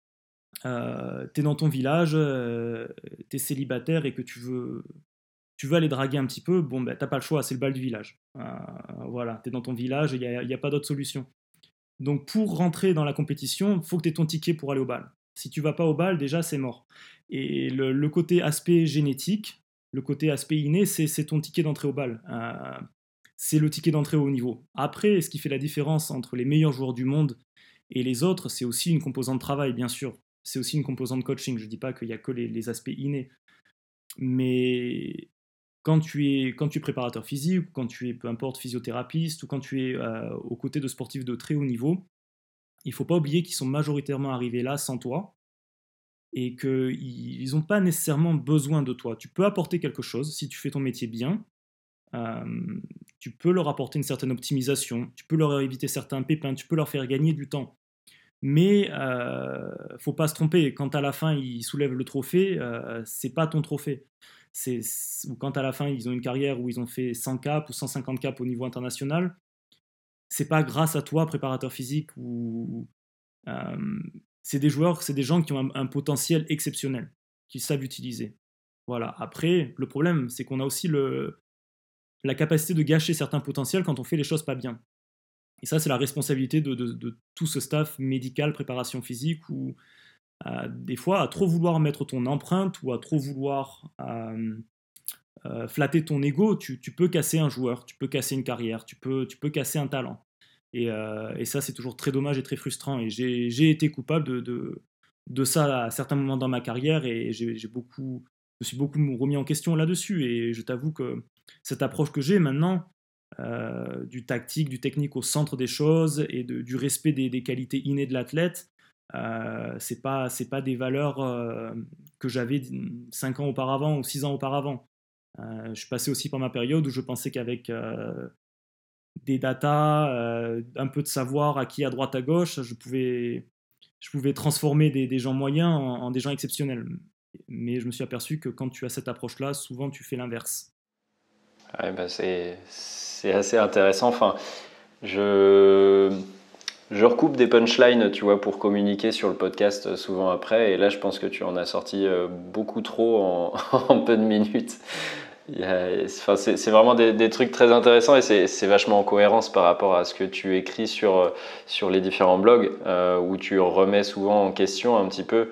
t'es dans ton village, t'es célibataire et que tu veux aller draguer un petit peu, bon, ben, t'as pas le choix, c'est le bal du village. Voilà, t'es dans ton village, il n'y a pas d'autre solution. Donc pour rentrer dans la compétition, il faut que tu aies ton ticket pour aller au bal. Si tu vas pas au bal, déjà c'est mort. Et le côté aspect génétique, le côté aspect inné, c'est ton ticket d'entrée au bal. C'est le ticket d'entrée au haut niveau. Après, ce qui fait la différence entre les meilleurs joueurs du monde et les autres, c'est aussi une composante travail, bien sûr. C'est aussi une composante coaching. Je ne dis pas qu'il n'y a que les aspects innés. Mais quand tu es préparateur physique, ou quand tu es, peu importe, physiothérapeute, ou quand tu es aux côtés de sportifs de très haut niveau, il ne faut pas oublier qu'ils sont majoritairement arrivés là sans toi et qu'ils n'ont pas nécessairement besoin de toi. Tu peux apporter quelque chose si tu fais ton métier bien. euh, Tu peux leur apporter une certaine optimisation, tu peux leur éviter certains pépins, tu peux leur faire gagner du temps. Mais faut pas se tromper, quand à la fin ils soulèvent le trophée, c'est pas ton trophée. Ou quand à la fin ils ont une carrière où ils ont fait 100 caps ou 150 caps au niveau international, c'est pas grâce à toi, préparateur physique, ou euh, c'est des joueurs, c'est des gens qui ont un potentiel exceptionnel, qui savent utiliser. Voilà. Après, le problème, c'est qu'on a aussi la capacité de gâcher certains potentiels quand on fait les choses pas bien. Et ça, c'est la responsabilité de tout ce staff médical, préparation physique, où des fois, à trop vouloir mettre ton empreinte ou à trop vouloir flatter ton ego, tu peux casser un joueur, tu peux casser une carrière, tu peux casser un talent. Et ça, c'est toujours très dommage et très frustrant. Et j'ai été coupable de ça à certains moments dans ma carrière et je me suis beaucoup remis en question là-dessus. Et je t'avoue que cette approche que j'ai maintenant, du tactique, du technique au centre des choses et du respect des qualités innées de l'athlète, c'est pas des valeurs que j'avais 5 ans auparavant ou 6 ans auparavant. Je suis passé aussi par ma période où je pensais qu'avec des datas, un peu de savoir acquis à droite à gauche, je pouvais transformer des gens moyens en des gens exceptionnels. Mais je me suis aperçu que quand tu as cette approche-là, souvent tu fais l'inverse. Ouais, bah c'est assez intéressant. Enfin, je, je recoupe des punchlines, tu vois, pour communiquer sur le podcast souvent après. Et là, je pense que tu en as sorti beaucoup trop en peu de minutes. Enfin, c'est vraiment des trucs très intéressants et c'est vachement en cohérence par rapport à ce que tu écris sur les différents blogs où tu remets souvent en question un petit peu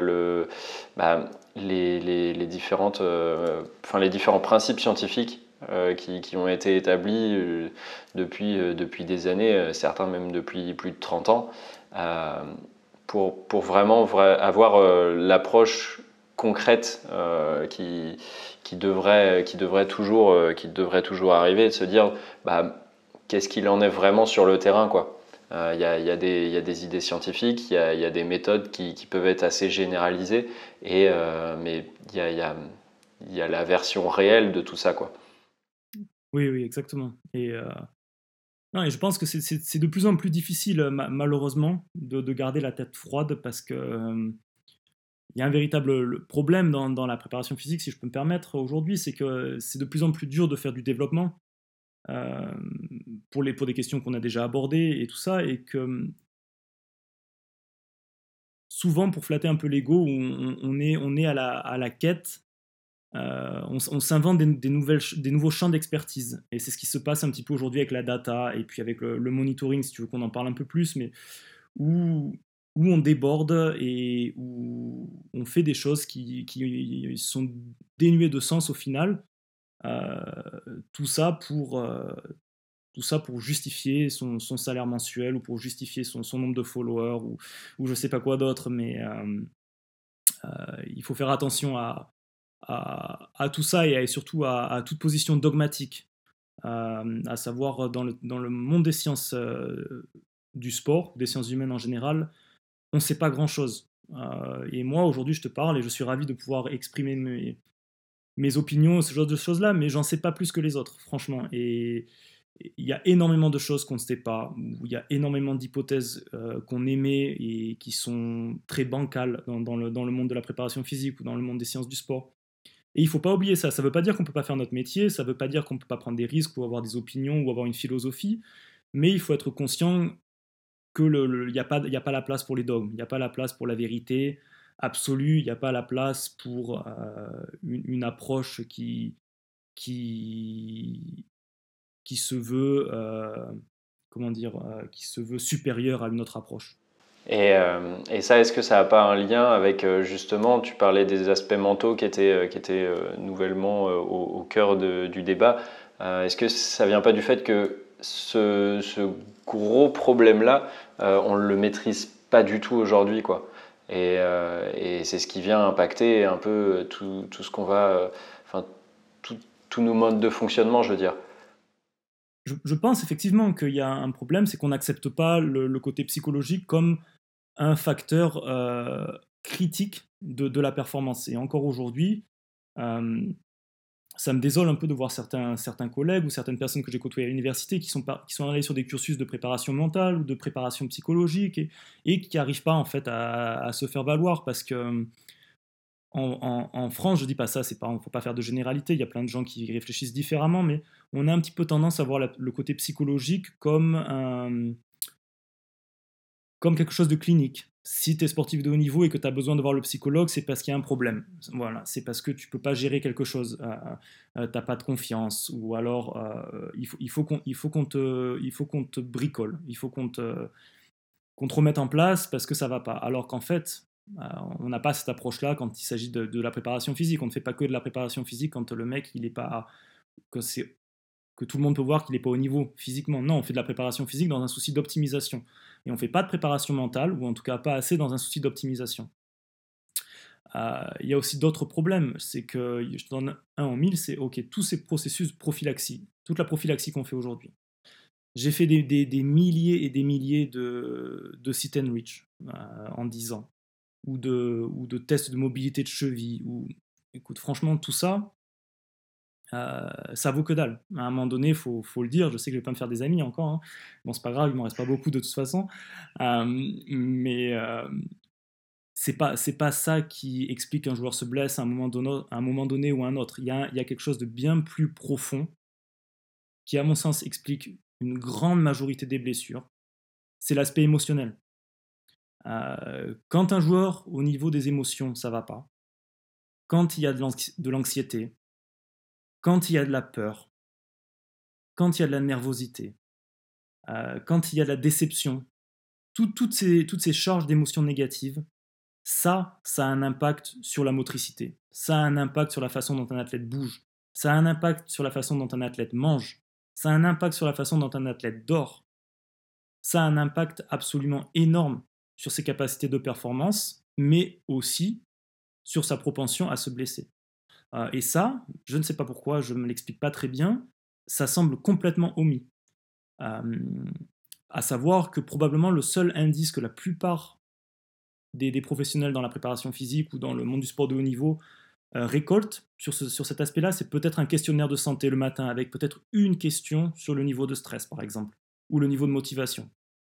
les enfin, les différents principes scientifiques qui ont été établis depuis des années, certains même depuis plus de 30 ans, euh, pour vraiment avoir l'approche concrète qui devrait toujours arriver, de se dire bah, qu'est-ce qu'il en est vraiment sur le terrain, quoi. Il y a des idées scientifiques, il y a des méthodes qui peuvent être assez généralisées, mais il y a la version réelle de tout ça, quoi. Oui, oui, exactement. Non, et je pense que c'est de plus en plus difficile, malheureusement, de garder la tête froide parce que il y a un véritable problème dans la préparation physique, si je peux me permettre, aujourd'hui, c'est que c'est de plus en plus dur de faire du développement euh, pour des questions qu'on a déjà abordées et tout ça, et que souvent, pour flatter un peu l'ego, on est à la quête, on s'invente des nouveaux champs d'expertise. Et c'est ce qui se passe un petit peu aujourd'hui avec la data et puis avec le monitoring, si tu veux qu'on en parle un peu plus, mais où, où on déborde et où on fait des choses qui sont dénuées de sens au final. Euh, tout ça pour, euh, tout ça pour justifier son salaire mensuel ou pour justifier son nombre de followers ou je sais pas quoi d'autre, mais il faut faire attention à tout ça et surtout à toute position dogmatique, à savoir dans le monde des sciences du sport, des sciences humaines en général, on ne sait pas grand-chose. Et moi, aujourd'hui, je te parle et je suis ravi de pouvoir exprimer mes opinions, ce genre de choses-là, mais j'en sais pas plus que les autres, franchement. Et il y a énormément de choses qu'on ne sait pas, où il y a énormément d'hypothèses qu'on émet et qui sont très bancales dans le monde de la préparation physique ou dans le monde des sciences du sport. Et il ne faut pas oublier ça. Ça ne veut pas dire qu'on ne peut pas faire notre métier, ça ne veut pas dire qu'on ne peut pas prendre des risques ou avoir des opinions ou avoir une philosophie, mais il faut être conscient qu'il n'y a, y a pas la place pour les dogmes, il n'y a pas la place pour la vérité absolue, il n'y a pas la place pour une approche qui, qui se veut, comment dire, qui se veut supérieure à une autre approche. Et ça, est-ce que ça n'a pas un lien avec justement, tu parlais des aspects mentaux qui étaient nouvellement au cœur du débat. Est-ce que ça vient pas du fait que ce gros problème-là, on ne le maîtrise pas du tout aujourd'hui, quoi. Et c'est ce qui vient impacter un peu tout ce qu'on va, enfin, tous nos modes de fonctionnement, je veux dire. Je pense effectivement qu'il y a un problème, c'est qu'on n'accepte pas le côté psychologique comme un facteur critique de la performance. Et encore aujourd'hui, euh, ça me désole un peu de voir certains collègues ou certaines personnes que j'ai côtoyées à l'université qui sont allés sur des cursus de préparation mentale ou de préparation psychologique et qui n'arrivent pas en fait à se faire valoir parce que en France, je dis pas ça, c'est pas, faut pas faire de généralité, il y a plein de gens qui réfléchissent différemment, mais on a un petit peu tendance à voir le côté psychologique comme quelque chose de clinique. Si tu es sportif de haut niveau et que tu as besoin de voir le psychologue, c'est parce qu'il y a un problème. Voilà, c'est parce que tu peux pas gérer quelque chose, t'as pas de confiance, ou alors il faut qu'on te bricole, il faut qu'on te remette en place parce que ça va pas. Alors qu'en fait, on n'a pas cette approche-là quand il s'agit de la préparation physique. On ne fait pas que de la préparation physique quand le mec il est pas que tout le monde peut voir qu'il n'est pas au niveau physiquement. Non, on fait de la préparation physique dans un souci d'optimisation. Et on ne fait pas de préparation mentale, ou en tout cas pas assez dans un souci d'optimisation. Il y a aussi d'autres problèmes. C'est que, je donne un en mille, c'est OK, tous ces processus de prophylaxie, toute la prophylaxie qu'on fait aujourd'hui. J'ai fait des milliers et des milliers de sit and reach en 10 ans, ou de tests de mobilité de cheville. Écoute, franchement, tout ça, ça vaut que dalle. À un moment donné, faut le dire. Je sais que je vais pas me faire des amis encore, hein. Bon, c'est pas grave, il m'en reste pas beaucoup de toute façon. Mais c'est pas ça qui explique qu'un joueur se blesse à un moment donné ou à un autre. Il y a quelque chose de bien plus profond qui, à mon sens, explique une grande majorité des blessures. C'est l'aspect émotionnel. Quand un joueur, au niveau des émotions, ça va pas, quand il y a de l'anxiété, quand il y a de la peur, quand il y a de la nervosité, quand il y a de la déception, toutes ces charges d'émotions négatives, ça a un impact sur la motricité, ça a un impact sur la façon dont un athlète bouge, ça a un impact sur la façon dont un athlète mange, ça a un impact sur la façon dont un athlète dort, ça a un impact absolument énorme sur ses capacités de performance, mais aussi sur sa propension à se blesser. Et ça, je ne sais pas pourquoi, je ne me l'explique pas très bien, ça semble complètement omis. Euh, à savoir que probablement le seul indice que la plupart des professionnels dans la préparation physique ou dans le monde du sport de haut niveau récoltent sur cet aspect-là, c'est peut-être un questionnaire de santé le matin avec peut-être une question sur le niveau de stress, par exemple, ou le niveau de motivation.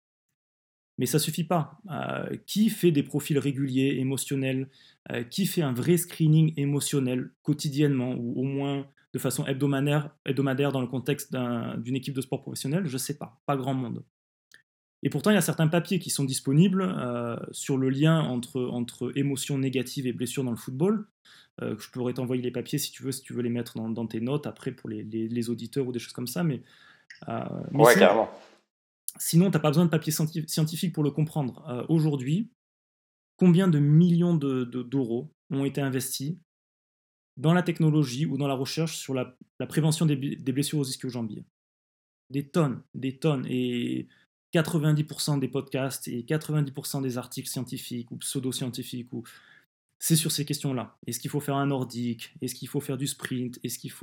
Mais ça suffit pas. Qui fait des profils réguliers, émotionnels, qui fait un vrai screening émotionnel quotidiennement ou au moins de façon hebdomadaire dans le contexte d'une équipe de sport professionnel? Je sais pas grand monde. Et pourtant, il y a certains papiers qui sont disponibles sur le lien entre émotions négatives et blessures dans le football. Je pourrais t'envoyer les papiers si tu veux les mettre dans tes notes après pour les auditeurs ou des choses comme ça. Mais Ouais, carrément. Sinon, tu n'as pas besoin de papier scientifique pour le comprendre. Aujourd'hui, combien de millions d'euros ont été investis dans la technologie ou dans la recherche sur la prévention des blessures aux ischio-jambiers? Des tonnes, des tonnes. Et 90% des podcasts et 90% des articles scientifiques ou pseudo-scientifiques, c'est sur ces questions-là. Est-ce qu'il faut faire un nordique? Est-ce qu'il faut faire du sprint?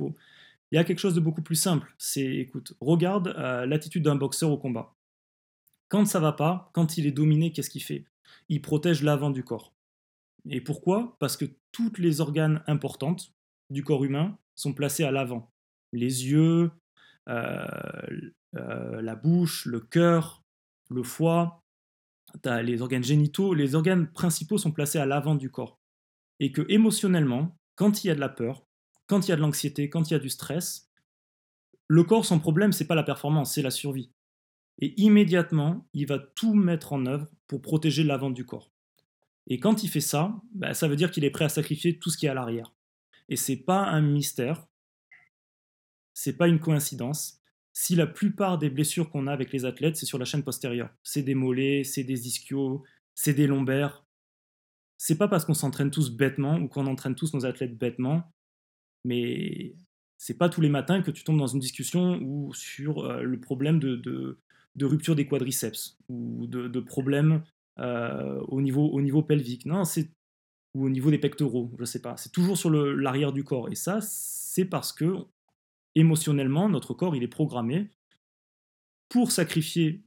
Il y a quelque chose de beaucoup plus simple. Écoute, regarde l'attitude d'un boxeur au combat. Quand ça va pas, quand il est dominé, qu'est-ce qu'il fait? Il protège l'avant du corps. Et pourquoi? Parce que toutes les organes importantes, du corps humain sont placés à l'avant. Les yeux, euh, la bouche, le cœur, le foie, t'as les organes génitaux, les organes principaux sont placés à l'avant du corps. Et que émotionnellement, quand il y a de la peur, quand il y a de l'anxiété, quand il y a du stress, le corps, son problème, c'est pas la performance, c'est la survie. Et immédiatement, il va tout mettre en œuvre pour protéger l'avant du corps. Et quand il fait ça, bah, ça veut dire qu'il est prêt à sacrifier tout ce qui est à l'arrière. Et c'est pas un mystère, c'est pas une coïncidence. Si la plupart des blessures qu'on a avec les athlètes, c'est sur la chaîne postérieure, c'est des mollets, c'est des ischios, c'est des lombaires, c'est pas parce qu'on s'entraîne tous bêtement ou qu'on entraîne tous nos athlètes bêtement, mais c'est pas tous les matins que tu tombes dans une discussion ou sur le problème de rupture des quadriceps ou de problèmes au niveau pelvique. Non, c'est ou au niveau des pectoraux, je sais pas. C'est toujours sur l'arrière du corps. Et ça, c'est parce que émotionnellement, notre corps, il est programmé pour sacrifier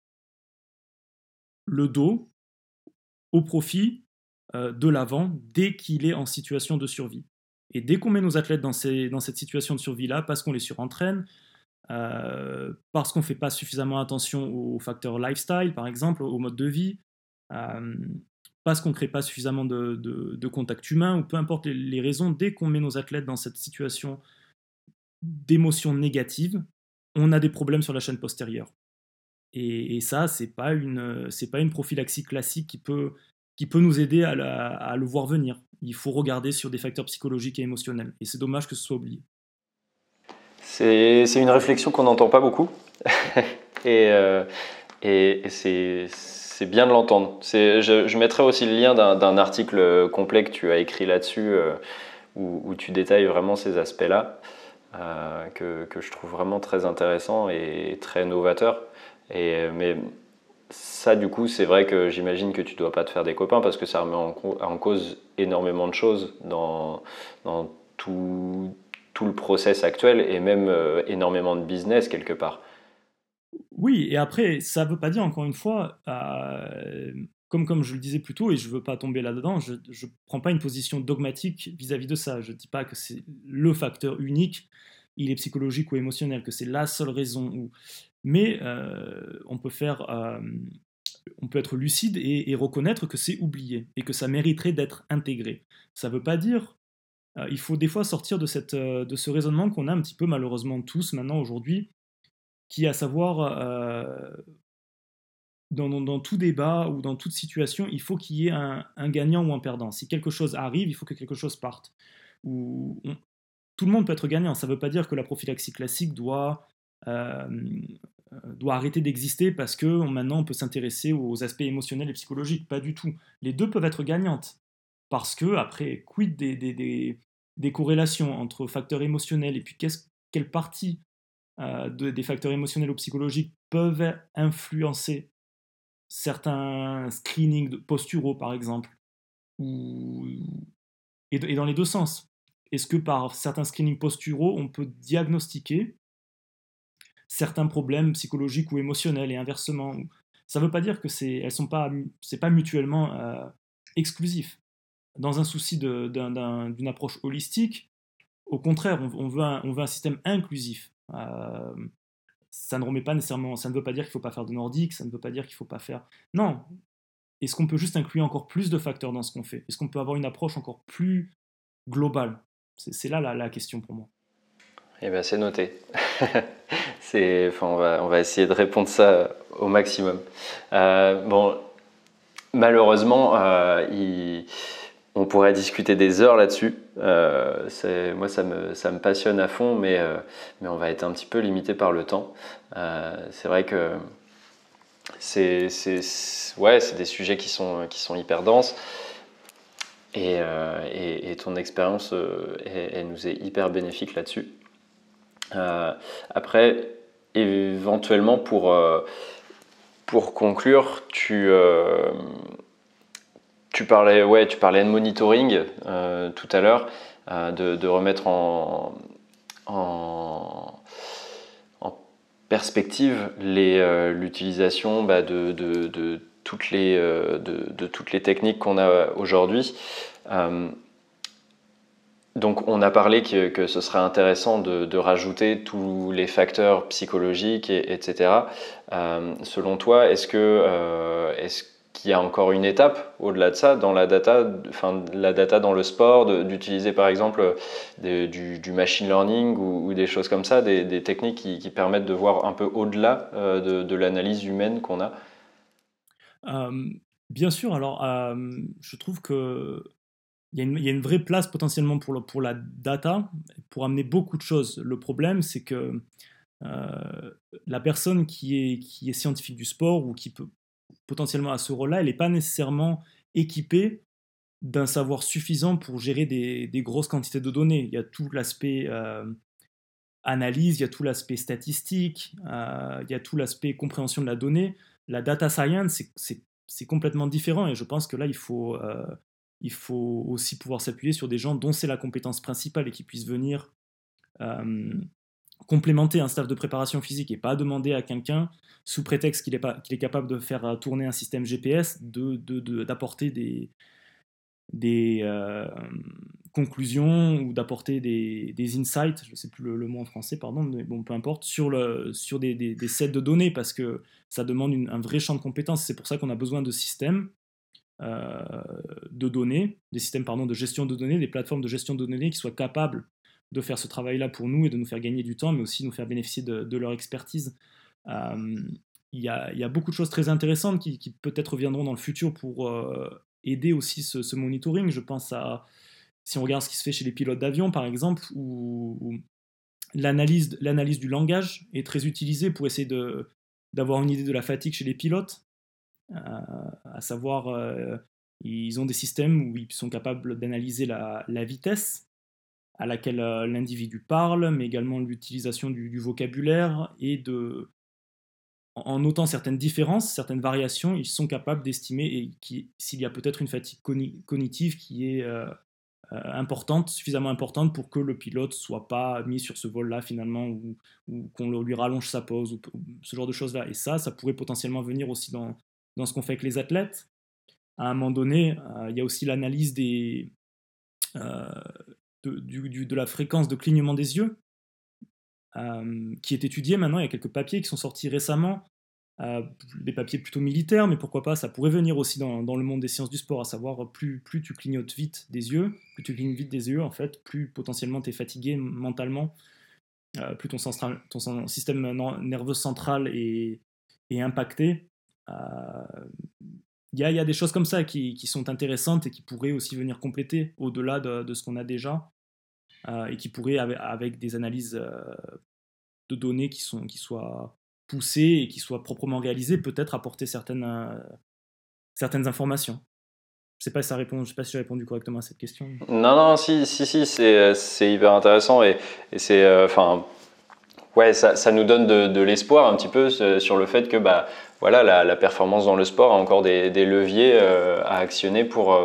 le dos au profit de l'avant dès qu'il est en situation de survie. Et dès qu'on met nos athlètes dans cette situation de survie-là, parce qu'on les surentraîne, parce qu'on ne fait pas suffisamment attention aux facteurs lifestyle, par exemple, au mode de vie, euh, parce qu'on ne crée pas suffisamment de contact humain, ou peu importe les raisons, dès qu'on met nos athlètes dans cette situation d'émotions négatives, on a des problèmes sur la chaîne postérieure. Et ça, c'est pas une prophylaxie classique qui peut nous aider à le voir venir. Il faut regarder sur des facteurs psychologiques et émotionnels. Et c'est dommage que ce soit oublié. C'est une réflexion qu'on n'entend pas beaucoup et, c'est bien de l'entendre. Je mettrai aussi le lien d'un article complet que tu as écrit là-dessus où tu détailles vraiment ces aspects-là que je trouve vraiment très intéressant et très novateur. Mais ça, du coup, c'est vrai que j'imagine que tu dois pas te faire des copains parce que ça remet en cause énormément de choses dans tout le process actuel et même énormément de business quelque part. Oui, et après, ça ne veut pas dire, encore une fois, comme je le disais plus tôt, et je ne veux pas tomber là-dedans, je ne prends pas une position dogmatique vis-à-vis de ça. Je ne dis pas que c'est le facteur unique, il est psychologique ou émotionnel, que c'est la seule raison. Mais on peut être lucide et reconnaître que c'est oublié et que ça mériterait d'être intégré. Ça ne veut pas dire. Il faut des fois sortir de ce raisonnement qu'on a un petit peu malheureusement tous maintenant aujourd'hui, qui est à savoir, dans tout débat ou dans toute situation, il faut qu'il y ait un gagnant ou un perdant. Si quelque chose arrive, il faut que quelque chose parte. Tout le monde peut être gagnant. Ça ne veut pas dire que la prophylaxie classique euh, doit arrêter d'exister parce que maintenant on peut s'intéresser aux aspects émotionnels et psychologiques. Pas du tout. Les deux peuvent être gagnantes. Parce que, après, quid des corrélations entre facteurs émotionnels et puis quelle partie des facteurs émotionnels ou psychologiques peuvent influencer certains screenings posturaux, par exemple, ou, et dans les deux sens. Est-ce que par certains screenings posturaux, on peut diagnostiquer certains problèmes psychologiques ou émotionnels et inversement? Ça ne veut pas dire que c'est pas mutuellement exclusif. Dans un souci d'une approche holistique, au contraire, on veut un système inclusif. Ça ne remet pas nécessairement, ça ne veut pas dire qu'il ne faut pas faire de nordique, ça ne veut pas dire qu'il ne faut pas faire. Non. Est-ce qu'on peut juste inclure encore plus de facteurs dans ce qu'on fait? Est-ce qu'on peut avoir une approche encore plus globale? C'est là la question pour moi. Eh bien, c'est noté. On va essayer de répondre ça au maximum. Bon, malheureusement, on pourrait discuter des heures là-dessus. Moi, ça me passionne à fond, mais on va être un petit peu limité par le temps. C'est vrai que c'est des sujets qui sont hyper denses. Et ton expérience, elle nous est hyper bénéfique là-dessus. Après, éventuellement, pour conclure, tu parlais de monitoring tout à l'heure, de remettre en perspective l'utilisation de toutes les techniques qu'on a aujourd'hui. Donc on a parlé que ce serait intéressant de rajouter tous les facteurs psychologiques, etc. Selon toi, est-ce qu'il y a encore une étape au-delà de ça dans la data, enfin la data dans le sport, d'utiliser par exemple du machine learning ou des choses comme ça, des techniques qui permettent de voir un peu au-delà de l'analyse humaine qu'on a? Euh, Bien sûr, alors je trouve que il y a une vraie place potentiellement pour la data, pour amener beaucoup de choses. Le problème, c'est que euh, la personne qui est scientifique du sport ou qui peut potentiellement à ce rôle-là, elle n'est pas nécessairement équipée d'un savoir suffisant pour gérer des grosses quantités de données. Il y a tout l'aspect analyse, il y a tout l'aspect statistique, il y a tout l'aspect compréhension de la donnée. La data science, c'est complètement différent et je pense que là, il faut aussi pouvoir s'appuyer sur des gens dont c'est la compétence principale et qui puissent venir euh, complémenter un staff de préparation physique et pas demander à quelqu'un, sous prétexte qu'il est capable de faire tourner un système GPS, d'apporter des conclusions ou d'apporter des insights, je ne sais plus le mot en français, pardon, mais bon, peu importe, sur des sets de données parce que ça demande un vrai champ de compétences. C'est pour ça qu'on a besoin de systèmes euh, de données, des systèmes pardon, de gestion de données, des plateformes de gestion de données qui soient capables de faire ce travail-là pour nous et de nous faire gagner du temps, mais aussi nous faire bénéficier de leur expertise. Euh, il y a beaucoup de choses très intéressantes qui peut-être viendront dans le futur pour aider aussi ce monitoring. Je pense à, si on regarde ce qui se fait chez les pilotes d'avion, par exemple, où l'analyse du langage est très utilisée pour essayer d'avoir une idée de la fatigue chez les pilotes, à savoir, ils ont des systèmes où ils sont capables d'analyser la vitesse à laquelle l'individu parle, mais également l'utilisation du vocabulaire et en notant certaines différences, certaines variations, ils sont capables d'estimer s'il y a peut-être une fatigue cognitive qui est importante, suffisamment importante pour que le pilote soit pas mis sur ce vol-là finalement, ou qu'on lui rallonge sa pause, ou ce genre de choses-là. Et ça pourrait potentiellement venir aussi dans ce qu'on fait avec les athlètes. À un moment donné, il y a aussi l'analyse euh, de la fréquence de clignement des yeux, qui est étudiée maintenant. Il y a quelques papiers qui sont sortis récemment, des papiers plutôt militaires, mais pourquoi pas, ça pourrait venir aussi dans le monde des sciences du sport, à savoir plus tu clignotes vite des yeux, plus tu clignes vite des yeux, en fait, plus potentiellement tu es fatigué mentalement, plus ton système nerveux central est impacté. Euh, il y a des choses comme ça qui sont intéressantes et qui pourraient aussi venir compléter au-delà de ce qu'on a déjà, et qui pourraient, avec des analyses de données qui soient poussées et qui soient proprement réalisées, peut-être apporter certaines informations. Je sais pas si j'ai répondu correctement à cette question. Non, non, si, c'est hyper intéressant et c'est, enfin, ouais, ça nous donne de l'espoir un petit peu sur le fait que bah, voilà, la performance dans le sport a encore des leviers à actionner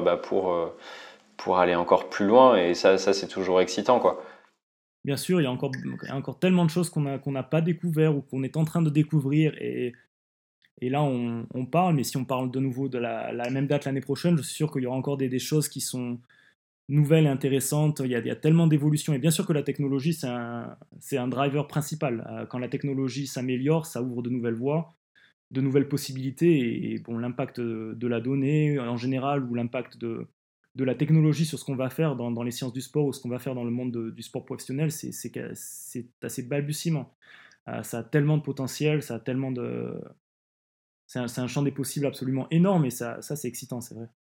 pour aller encore plus loin et ça c'est toujours excitant, quoi. Bien sûr, il y a encore tellement de choses qu'on n'a pas découvert ou qu'on est en train de découvrir. Et là, on parle, mais si on parle de nouveau de la même date l'année prochaine, je suis sûr qu'il y aura encore des choses qui sont nouvelles et intéressantes. Il y a tellement d'évolutions. Et bien sûr que la technologie, c'est un driver principal. Quand la technologie s'améliore, ça ouvre de nouvelles voies, de nouvelles possibilités. Et bon, l'impact de la donnée en général, ou l'impact de la technologie sur ce qu'on va faire dans les sciences du sport, ou ce qu'on va faire dans le monde du sport professionnel, c'est assez balbutiement. Ça a tellement de potentiel, ça a tellement de... C'est un champ des possibles absolument énorme, et ça c'est excitant, c'est vrai.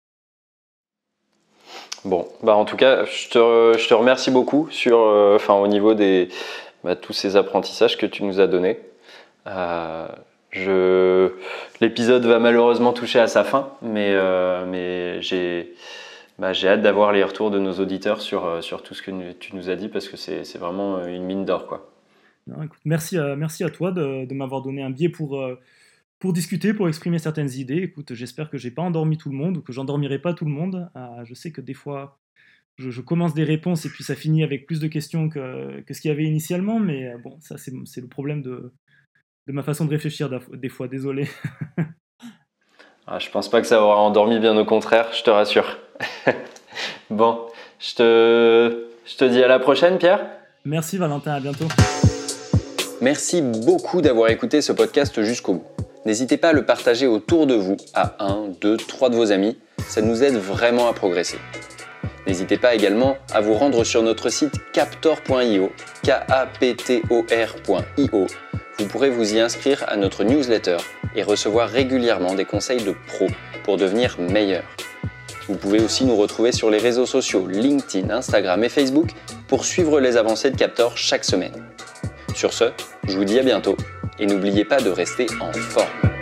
Bon, bah en tout cas, je te remercie beaucoup sur, enfin, au niveau tous ces apprentissages que tu nous as donnés. Euh, L'épisode va malheureusement toucher à sa fin, mais j'ai hâte d'avoir les retours de nos auditeurs sur tout ce que tu nous as dit parce que c'est vraiment une mine d'or, quoi. Non, écoute, merci à toi de m'avoir donné un biais pour discuter, pour exprimer certaines idées. Écoute, j'espère que j'ai pas endormi tout le monde ou que j'endormirai pas tout le monde. Je sais que des fois, je commence des réponses et puis ça finit avec plus de questions que ce qu'il y avait initialement, mais bon, ça c'est le problème de ma façon de réfléchir des fois, désolé. Ah, je pense pas que ça aura endormi, bien au contraire, je te rassure. Bon, je Je te dis à la prochaine, Pierre. Merci Valentin, à bientôt. Merci beaucoup d'avoir écouté ce podcast jusqu'au bout. N'hésitez pas à le partager autour de vous, à 1, 2, 3 de vos amis, ça nous aide vraiment à progresser. N'hésitez pas également à vous rendre sur notre site captor.io, kaptor.io. Vous pourrez vous y inscrire à notre newsletter et recevoir régulièrement des conseils de pros pour devenir meilleur. Vous pouvez aussi nous retrouver sur les réseaux sociaux LinkedIn, Instagram et Facebook pour suivre les avancées de Captor chaque semaine. Sur ce, je vous dis à bientôt et n'oubliez pas de rester en forme.